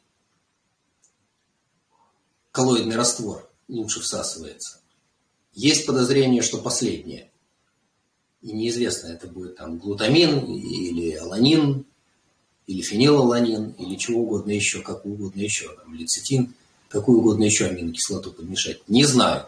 коллоидный раствор лучше всасывается. Есть подозрение, что последнее. И неизвестно, это будет там глутамин или аланин, или фенилаланин, или чего угодно еще, как угодно еще, там, лецитин, какую угодно еще аминокислоту подмешать. Не знаю.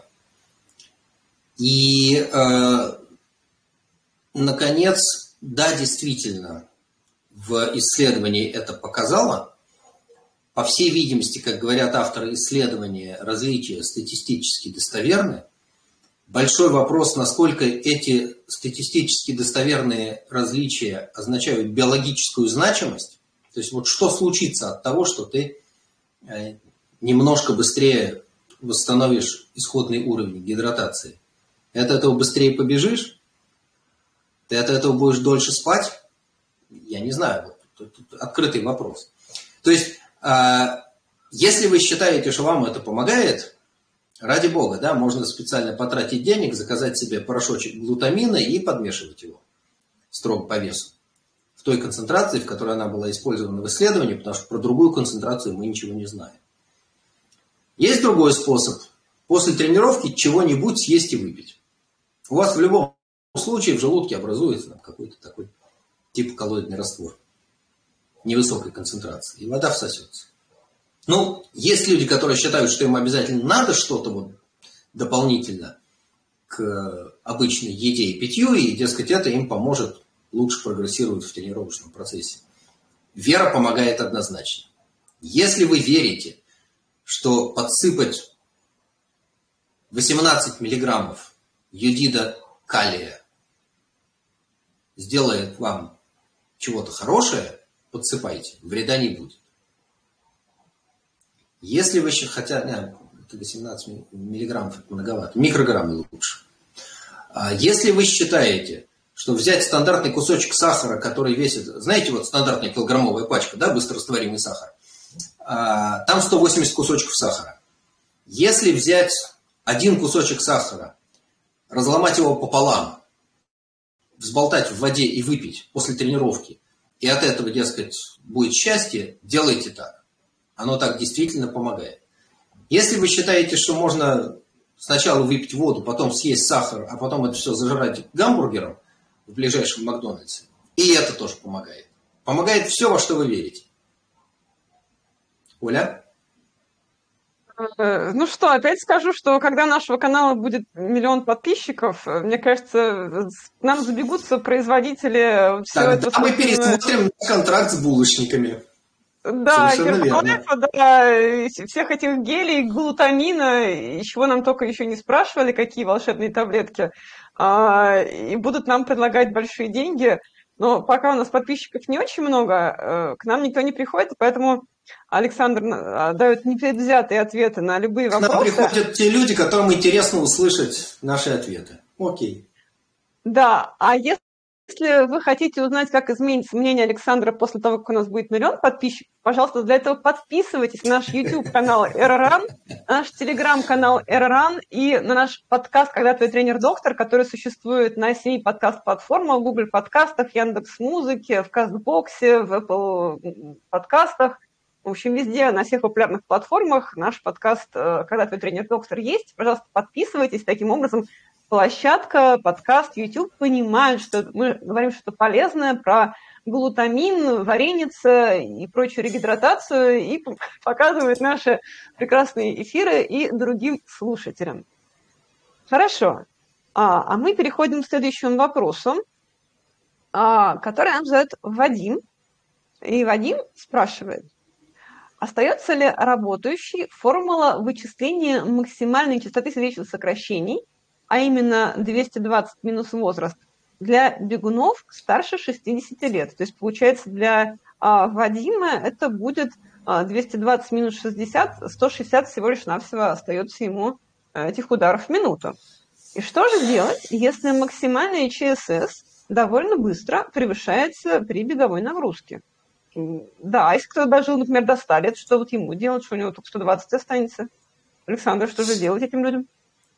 И, э, наконец, да, действительно, в исследовании это показало. По всей видимости, как говорят авторы исследования, различия статистически достоверны. Большой вопрос, насколько эти статистически достоверные различия означают биологическую значимость. То есть вот что случится от того, что ты немножко быстрее восстановишь исходный уровень гидратации. Ты от этого быстрее побежишь? Ты от этого будешь дольше спать? Я не знаю. Вот, тут открытый вопрос. То есть, если вы считаете, что вам это помогает, ради бога, да, можно специально потратить денег, заказать себе порошочек глутамина и подмешивать его строго по весу. В той концентрации, в которой она была использована в исследовании, потому что про другую концентрацию мы ничего не знаем. Есть другой способ. После тренировки чего-нибудь съесть и выпить. У вас в любом случае в желудке образуется какой-то такой типа коллоидный раствор невысокой концентрации, и вода всосется. Ну, есть люди, которые считают, что им обязательно надо что-то вот дополнительно к обычной еде и питью, и, дескать, это им поможет лучше прогрессировать в тренировочном процессе. Вера помогает однозначно. Если вы верите, что подсыпать восемнадцать миллиграммов йодида калия сделает вам чего-то хорошее, подсыпайте, вреда не будет. Если вы еще, хотя, нет, восемнадцать миллиграммов это многовато, микрограммы лучше. Если вы считаете, что взять стандартный кусочек сахара, который весит, знаете, вот стандартная килограммовая пачка, да, быстрорастворимый сахар, там сто восемьдесят кусочков сахара. Если взять один кусочек сахара, разломать его пополам, взболтать в воде и выпить после тренировки, и от этого, дескать, будет счастье, делайте так. Оно так действительно помогает. Если вы считаете, что можно сначала выпить воду, потом съесть сахар, а потом это все зажрать гамбургером в ближайшем Макдональдсе, и это тоже помогает. Помогает все, во что вы верите. Оля? Ну что, опять скажу, что когда нашего канала будет миллион подписчиков, мне кажется, к нам забегутся производители всего Тогда этого. мы пересмотрим контракт с булочниками. Да, Гербалайфа, да, всех этих гелей, глутамина, чего нам только еще не спрашивали, какие волшебные таблетки, и будут нам предлагать большие деньги. Но пока у нас подписчиков не очень много, к нам никто не приходит, поэтому Александр дает непредвзятые ответы на любые вопросы. К нам приходят те люди, которым интересно услышать наши ответы. Окей. Да, а если вы хотите узнать, как изменится мнение Александра после того, как у нас будет миллион подписчиков, пожалуйста, для этого подписывайтесь на наш YouTube-канал ЭРРАН, на наш Telegram-канал ЭРРАН и на наш подкаст «Когда твой тренер-доктор», который существует на семи подкаст-платформах, в Google подкастах, Яндекс.Музыке, в Кастбоксе, в Apple подкастах. В общем, везде, на всех популярных платформах наш подкаст «Когда твой тренер-доктор» есть. Пожалуйста, подписывайтесь. Таким образом, площадка, подкаст, YouTube понимают, что мы говорим что-то полезное про глутамин, вареница и прочую регидратацию, и показывают наши прекрасные эфиры и другим слушателям. Хорошо. А, а мы переходим к следующему вопросу, а, который нам задает Вадим. И Вадим спрашивает: остается ли работающей формула вычисления максимальной частоты сердечных сокращений, а именно двести двадцать минус возраст, для бегунов старше шестидесяти лет? То есть, получается, для а, Вадима это будет а, двести двадцать минус шестьдесят, сто шестьдесят всего лишь навсего остается ему этих ударов в минуту. И что же делать, если максимальная ЧСС довольно быстро превышается при беговой нагрузке? Да, если кто-то дожил, например, до ста лет, что вот ему делать, что у него только сто двадцать останется? Александр, что же делать этим людям?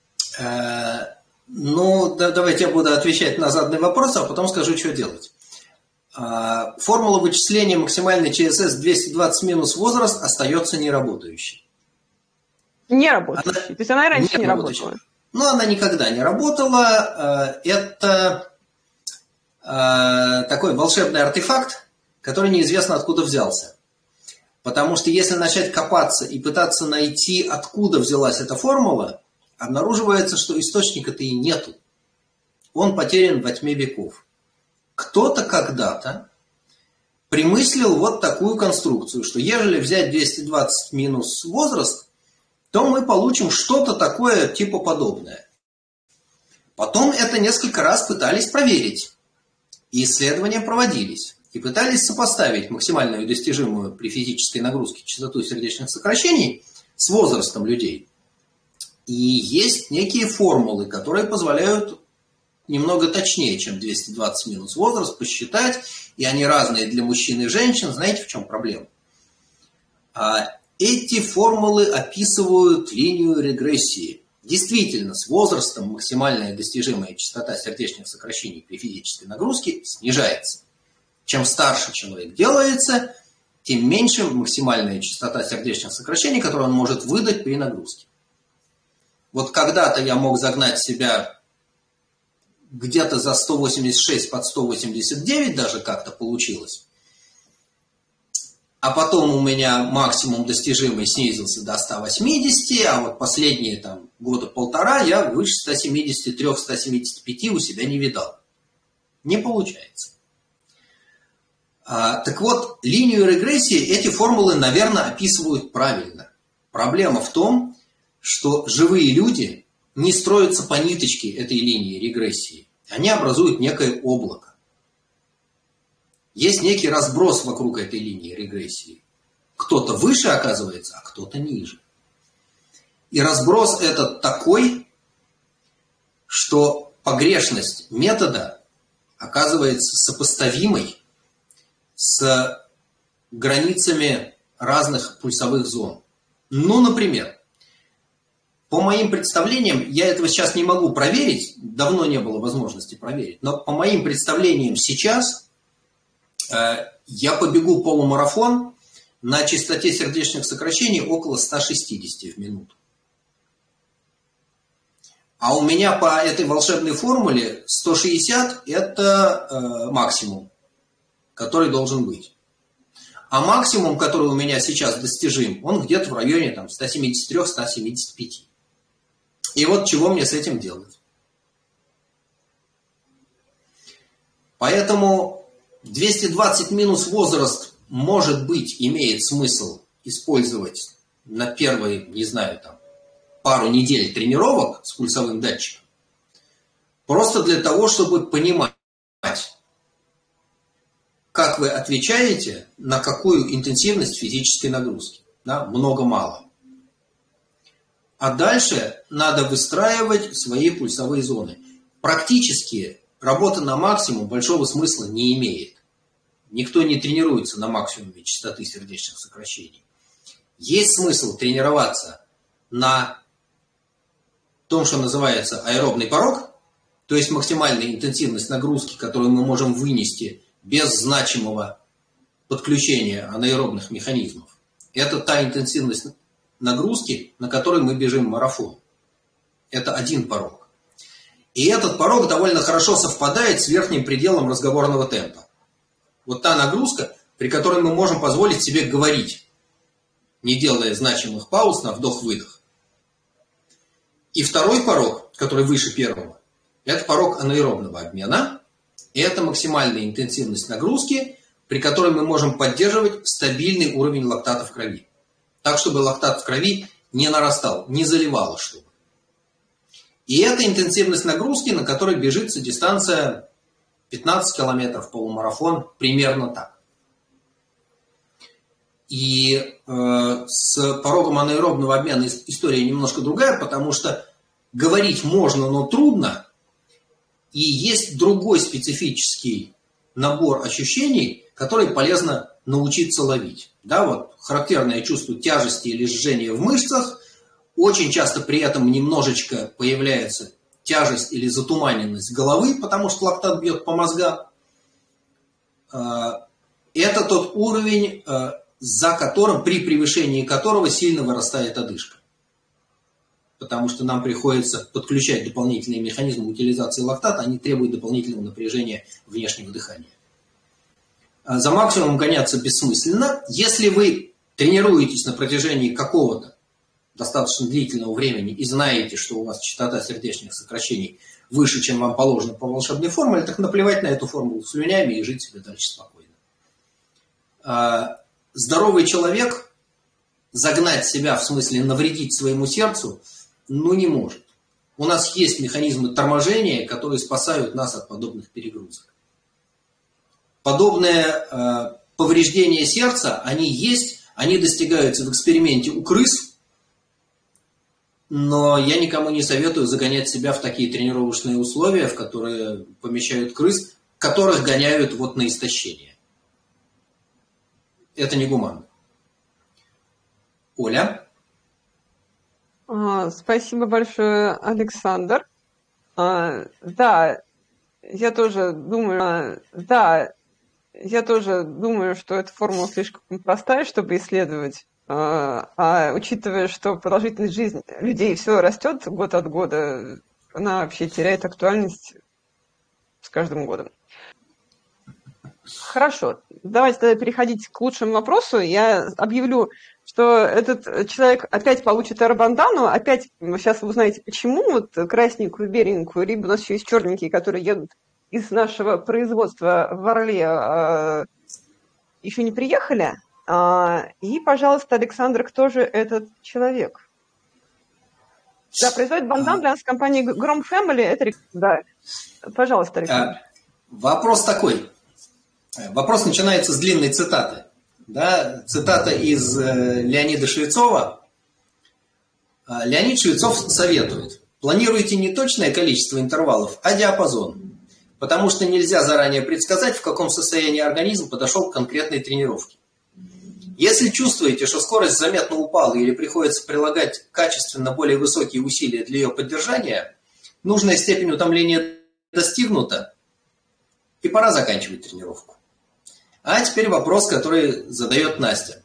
Ну, да, давайте я буду отвечать на заданный вопрос, а потом скажу, что делать. Формула вычисления максимальной ЧСС двести двадцать минус возраст остается неработающей. Не работающей. Она, То есть она и раньше не, не работала. Ну, она никогда не работала. Это такой волшебный артефакт, который неизвестно откуда взялся. Потому что если начать копаться и пытаться найти, откуда взялась эта формула, обнаруживается, что источника-то и нету. Он потерян во тьме веков. Кто-то когда-то примыслил вот такую конструкцию, что ежели взять двести двадцать минус возраст, то мы получим что-то такое типа подобное. Потом это несколько раз пытались проверить. И исследования проводились. И пытались сопоставить максимальную достижимую при физической нагрузке частоту сердечных сокращений с возрастом людей. И есть некие формулы, которые позволяют немного точнее, чем двести двадцать минус возраст, посчитать. И они разные для мужчин и женщин. Знаете, в чем проблема? Эти формулы описывают линию регрессии. Действительно, с возрастом максимальная достижимая частота сердечных сокращений при физической нагрузке снижается. Чем старше человек делается, тем меньше максимальная частота сердечных сокращений, которую он может выдать при нагрузке. Вот когда-то я мог загнать себя где-то за сто восемьдесят шесть под сто восемьдесят девять, даже как-то получилось. А потом у меня максимум достижимый снизился до ста восьмидесяти, а вот последние там года полтора я выше ста семидесяти трёх — ста семидесяти пяти у себя не видал. Не получается. А, так вот, линию регрессии эти формулы, наверное, описывают правильно. Проблема в том, что живые люди не строятся по ниточке этой линии регрессии. Они образуют некое облако. Есть некий разброс вокруг этой линии регрессии. Кто-то выше оказывается, а кто-то ниже. И разброс этот такой, что погрешность метода оказывается сопоставимой с границами разных пульсовых зон. Ну, например, по моим представлениям, я этого сейчас не могу проверить, давно не было возможности проверить, но по моим представлениям сейчас э, я побегу полумарафон на частоте сердечных сокращений около ста шестидесяти в минуту. А у меня по этой волшебной формуле сто шестьдесят – это э, максимум, который должен быть. А максимум, который у меня сейчас достижим, он где-то в районе там, ста семидесяти трёх — ста семидесяти пяти. И вот чего мне с этим делать? Поэтому двести двадцать минус возраст, может быть, имеет смысл использовать на первые, не знаю, там, пару недель тренировок с пульсовым датчиком. Просто для того, чтобы понимать, как вы отвечаете на какую интенсивность физической нагрузки. Да? Много-мало. А дальше надо выстраивать свои пульсовые зоны. Практически работа на максимум большого смысла не имеет. Никто не тренируется на максимуме частоты сердечных сокращений. Есть смысл тренироваться на том, что называется аэробный порог, то есть максимальная интенсивность нагрузки, которую мы можем вынести без значимого подключения анаэробных механизмов. Это та интенсивность нагрузки, на которой мы бежим марафон. Это один порог. И этот порог довольно хорошо совпадает с верхним пределом разговорного темпа. Вот та нагрузка, при которой мы можем позволить себе говорить, не делая значимых пауз на вдох-выдох. И второй порог, который выше первого, это порог анаэробного обмена. И это максимальная интенсивность нагрузки, при которой мы можем поддерживать стабильный уровень лактата в крови. Так, чтобы лактат в крови не нарастал, не заливало чтобы. И это интенсивность нагрузки, на которой бежится дистанция пятнадцать километров, полумарафон, примерно так. И э, с порогом анаэробного обмена история немножко другая, потому что говорить можно, но трудно. И есть другой специфический набор ощущений, которые полезно научиться ловить. Да, вот характерное чувство тяжести или жжения в мышцах. Очень часто при этом немножечко появляется тяжесть или затуманенность головы, потому что лактат бьет по мозгам. Это тот уровень, за которым, при превышении которого сильно вырастает одышка. Потому что нам приходится подключать дополнительные механизмы утилизации лактата, они требуют дополнительного напряжения внешнего дыхания. За максимумом гоняться бессмысленно. Если вы тренируетесь на протяжении какого-то достаточно длительного времени и знаете, что у вас частота сердечных сокращений выше, чем вам положено по волшебной формуле, так наплевать на эту формулу слюнями и жить себе дальше спокойно. Здоровый человек загнать себя, в смысле навредить своему сердцу, ну не может. У нас есть механизмы торможения, которые спасают нас от подобных перегрузок. Подобные э, повреждения сердца, они есть, они достигаются в эксперименте у крыс, но я никому не советую загонять себя в такие тренировочные условия, в которые помещают крыс, которых гоняют вот на истощение. Это негуманно. Оля? Спасибо большое, Александр. Да, я тоже думаю, да, я тоже думаю, что эта формула слишком простая, чтобы исследовать. А учитывая, что продолжительность жизни людей все растет год от года, она вообще теряет актуальность с каждым годом. Хорошо, давайте тогда переходить к лучшему вопросу. Я объявлю, что этот человек опять получит эробандану. Опять, сейчас вы узнаете, почему. Вот красненькую, беленькую, либо у нас еще есть черненькие, которые едут из нашего производства в Орле, э, еще не приехали. А, и, пожалуйста, Александр, кто же этот человек? Да, производит бандан для нас компания Grom Family. Это, да. Пожалуйста, Александр. А, вопрос такой. Вопрос начинается с длинной цитаты. Да? Цитата из э, Леонида Швецова. Леонид Швецов советует: планируйте не точное количество интервалов, а диапазон. Потому что нельзя заранее предсказать, в каком состоянии организм подошел к конкретной тренировке. Если чувствуете, что скорость заметно упала или приходится прилагать качественно более высокие усилия для ее поддержания, нужная степень утомления достигнута, и пора заканчивать тренировку. А теперь вопрос, который задает Настя.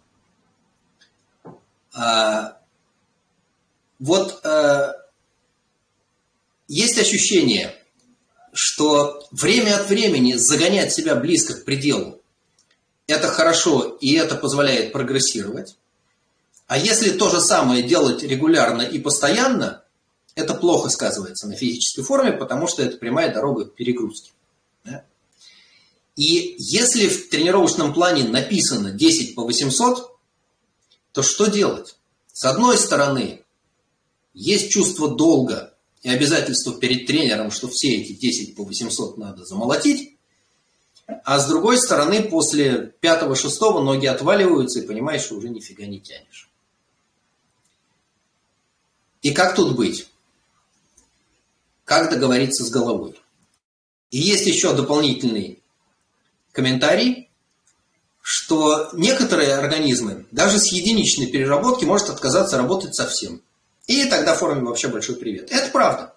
А, вот а, есть ощущение, что время от времени загонять себя близко к пределу — это хорошо, и это позволяет прогрессировать. А если то же самое делать регулярно и постоянно, это плохо сказывается на физической форме, потому что это прямая дорога к перегрузке. Да? И если в тренировочном плане написано десять по восемьсот, то что делать? С одной стороны, есть чувство долга и обязательство перед тренером, что все эти десять по восемьсот надо замолотить, а с другой стороны, после пятого-шестого ноги отваливаются, и понимаешь, что уже нифига не тянешь. И как тут быть? Как договориться с головой? И есть еще дополнительный комментарий, что некоторые организмы даже с единичной переработки может отказаться работать совсем. И тогда форме вообще большой привет. Это правда.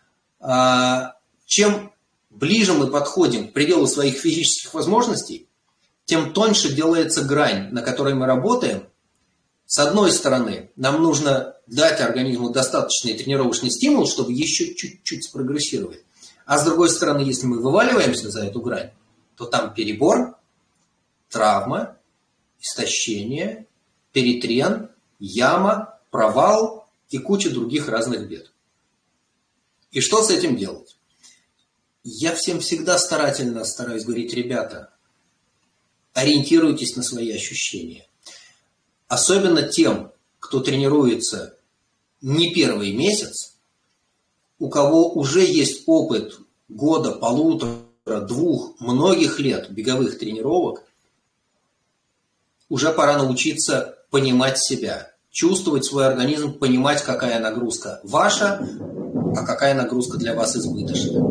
Чем ближе мы подходим к пределу своих физических возможностей, тем тоньше делается грань, на которой мы работаем. С одной стороны, нам нужно дать организму достаточный тренировочный стимул, чтобы еще чуть-чуть спрогрессировать. А с другой стороны, если мы вываливаемся за эту грань, то там перебор, травма, истощение, перетрен, яма, провал и куча других разных бед. И что с этим делать? Я всем всегда старательно стараюсь говорить: ребята, ориентируйтесь на свои ощущения. Особенно тем, кто тренируется не первый месяц, у кого уже есть опыт года, полутора, двух, многих лет беговых тренировок, уже пора научиться понимать себя, чувствовать свой организм, понимать, какая нагрузка ваша, а какая нагрузка для вас избыточная.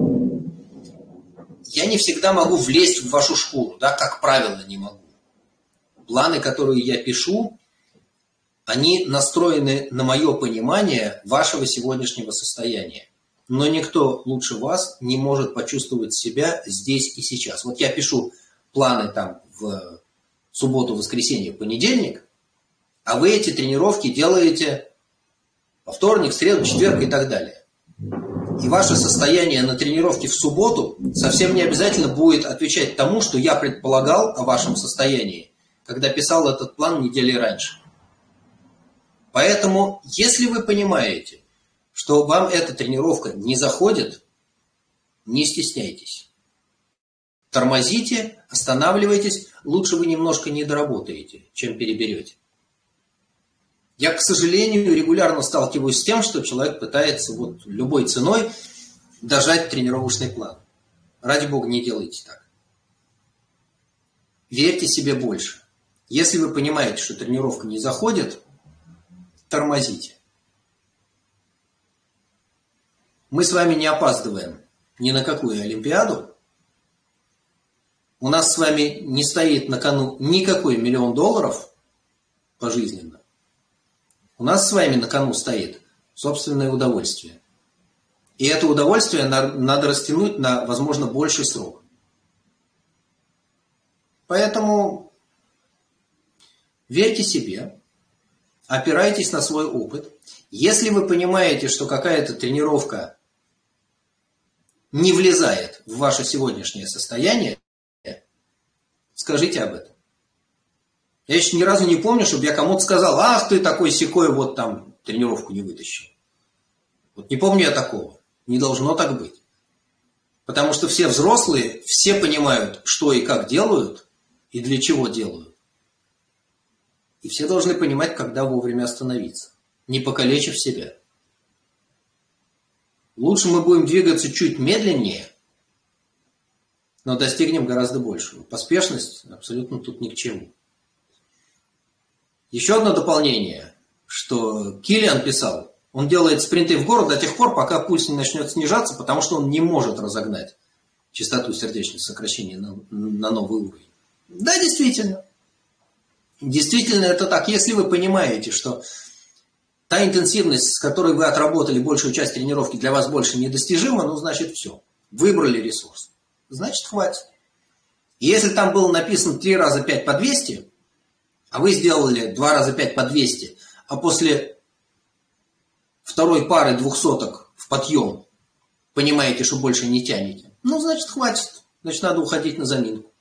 Я не всегда могу влезть в вашу шкуру, да, как правило, не могу. Планы, которые я пишу, они настроены на мое понимание вашего сегодняшнего состояния. Но никто лучше вас не может почувствовать себя здесь и сейчас. Вот я пишу планы там в субботу, воскресенье, понедельник, а вы эти тренировки делаете во вторник, среду, четверг и так далее. И ваше состояние на тренировке в субботу совсем не обязательно будет отвечать тому, что я предполагал о вашем состоянии, когда писал этот план недели раньше. Поэтому, если вы понимаете, что вам эта тренировка не заходит, не стесняйтесь. Тормозите, останавливайтесь, лучше вы немножко не доработаете, чем переберете. Я, к сожалению, регулярно сталкиваюсь с тем, что человек пытается вот любой ценой дожать тренировочный план. Ради бога, не делайте так. Верьте себе больше. Если вы понимаете, что тренировка не заходит, тормозите. Мы с вами не опаздываем ни на какую Олимпиаду. У нас с вами не стоит на кону никакой миллион долларов пожизненно. У нас с вами на кону стоит собственное удовольствие. И это удовольствие надо растянуть на, возможно, больший срок. Поэтому верьте себе, опирайтесь на свой опыт. Если вы понимаете, что какая-то тренировка не влезает в ваше сегодняшнее состояние, скажите об этом. Я еще ни разу не помню, чтобы я кому-то сказал: ах, ты такой сякой, вот там тренировку не вытащил. Вот не помню я такого. Не должно так быть. Потому что все взрослые, все понимают, что и как делают, и для чего делают. И все должны понимать, когда вовремя остановиться, не покалечив себя. Лучше мы будем двигаться чуть медленнее, но достигнем гораздо большего. Поспешность абсолютно тут ни к чему. Еще одно дополнение, что Киллиан писал. Он делает спринты в гору до тех пор, пока пульс не начнет снижаться, потому что он не может разогнать частоту сердечных сокращений на, на новый уровень. Да, действительно. Действительно, это так. Если вы понимаете, что та интенсивность, с которой вы отработали большую часть тренировки, для вас больше недостижима, ну, значит, все. Выбрали ресурс. Значит, хватит. И если там было написано три раза пять по двести, а вы сделали два раза пять по двести, а после второй пары двухсоток в подъем понимаете, что больше не тянете, ну, значит, хватит. Значит, надо уходить на заминку.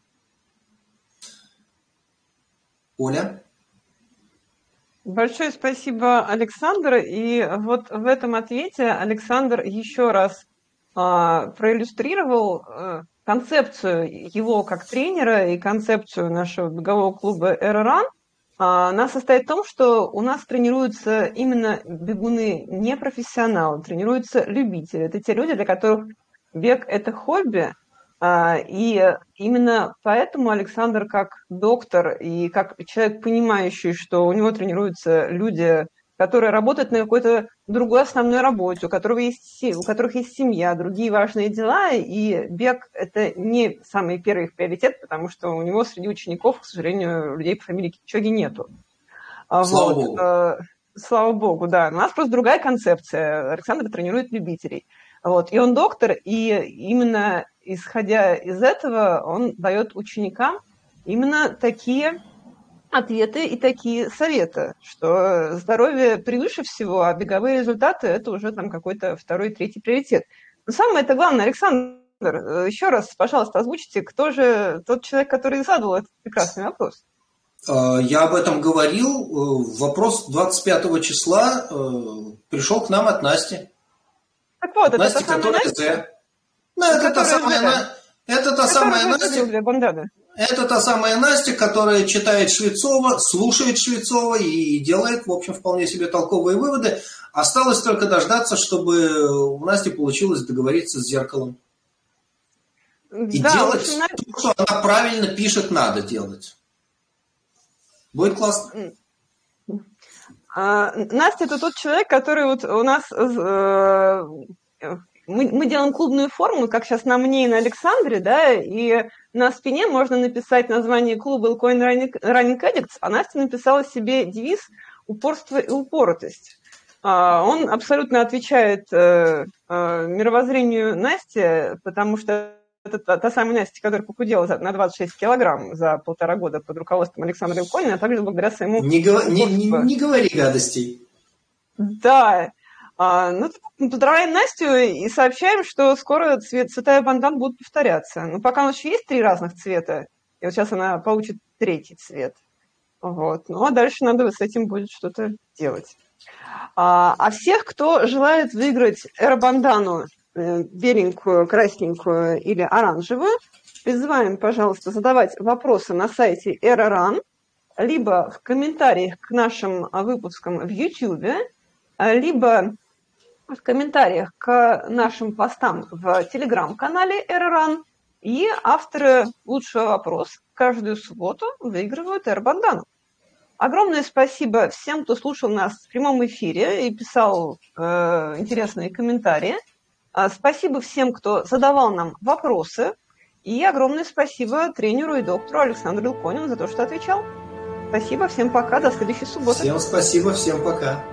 Оля? Большое спасибо, Александр. И вот в этом ответе Александр еще раз а, проиллюстрировал а, концепцию его как тренера и концепцию нашего бегового клуба «Эра-Ран». Она состоит в том, что у нас тренируются именно бегуны непрофессионалы, тренируются любители. Это те люди, для которых бег – это хобби. И именно поэтому Александр, как доктор и как человек, понимающий, что у него тренируются люди, которые работают на какой-то другой основной работе, у которых есть, у которых есть семья, другие важные дела, и бег – это не самый первый их приоритет, потому что у него среди учеников, к сожалению, людей по фамилии Кипчоги нету. Слава вот. Богу. Слава Богу, да. У нас просто другая концепция. Александр тренирует любителей. Вот. И он доктор, и именно исходя из этого он дает ученикам именно такие ответы и такие советы, что здоровье превыше всего, а беговые результаты – это уже там какой-то второй, третий приоритет. Но самое это главное, Александр, еще раз, пожалуйста, озвучите, кто же тот человек, который задал этот прекрасный вопрос? Я об этом говорил. Вопрос двадцать пятого числа пришел к нам от Насти. Так вот, Насти, это та которая самая Настя? Ну, это та самая, это та самая Настя. Это та самая Настя, которая читает Швецова, слушает Швецова и делает, в общем, вполне себе толковые выводы. Осталось только дождаться, чтобы у Насти получилось договориться с зеркалом. И да, делать общем, то, что она правильно пишет, надо делать. Будет классно. А, Настя – это тот человек, который вот у нас… Э, мы, мы делаем клубную форму, как сейчас на мне и на Александре, да, и на спине можно написать название клуба Elcoin Running Addicts, а Настя написала себе девиз «Упорство и упоротость». А, он абсолютно отвечает э, э, мировоззрению Насти, потому что это та, та самая Настя, которая похудела на двадцать шесть килограмм за полтора года под руководством Александра Илконина, а также благодаря своему… Не, гов... не, не, не говори гадостей. Да. А, ну, поздравляем Настю и сообщаем, что скоро цвет, цвета и бандан будут повторяться. Но пока у нас еще есть три разных цвета, и вот сейчас она получит третий цвет. Вот. Ну, а дальше надо с этим будет что-то делать. А, а всех, кто желает выиграть эра-бандану, беленькую, красненькую или оранжевую, призываем, пожалуйста, задавать вопросы на сайте Эра-Ран. либо в комментариях к нашим выпускам в YouTube, либо в комментариях к нашим постам в телеграм-канале Эроран. И авторы лучшего вопроса каждую субботу выигрывают Эр-бандану. Огромное спасибо всем, кто слушал нас в прямом эфире и писал э, интересные комментарии. А, спасибо всем, кто задавал нам вопросы. И огромное спасибо тренеру и доктору Александру Илконину за то, что отвечал. Спасибо, всем пока, до следующей субботы. Всем спасибо, всем пока.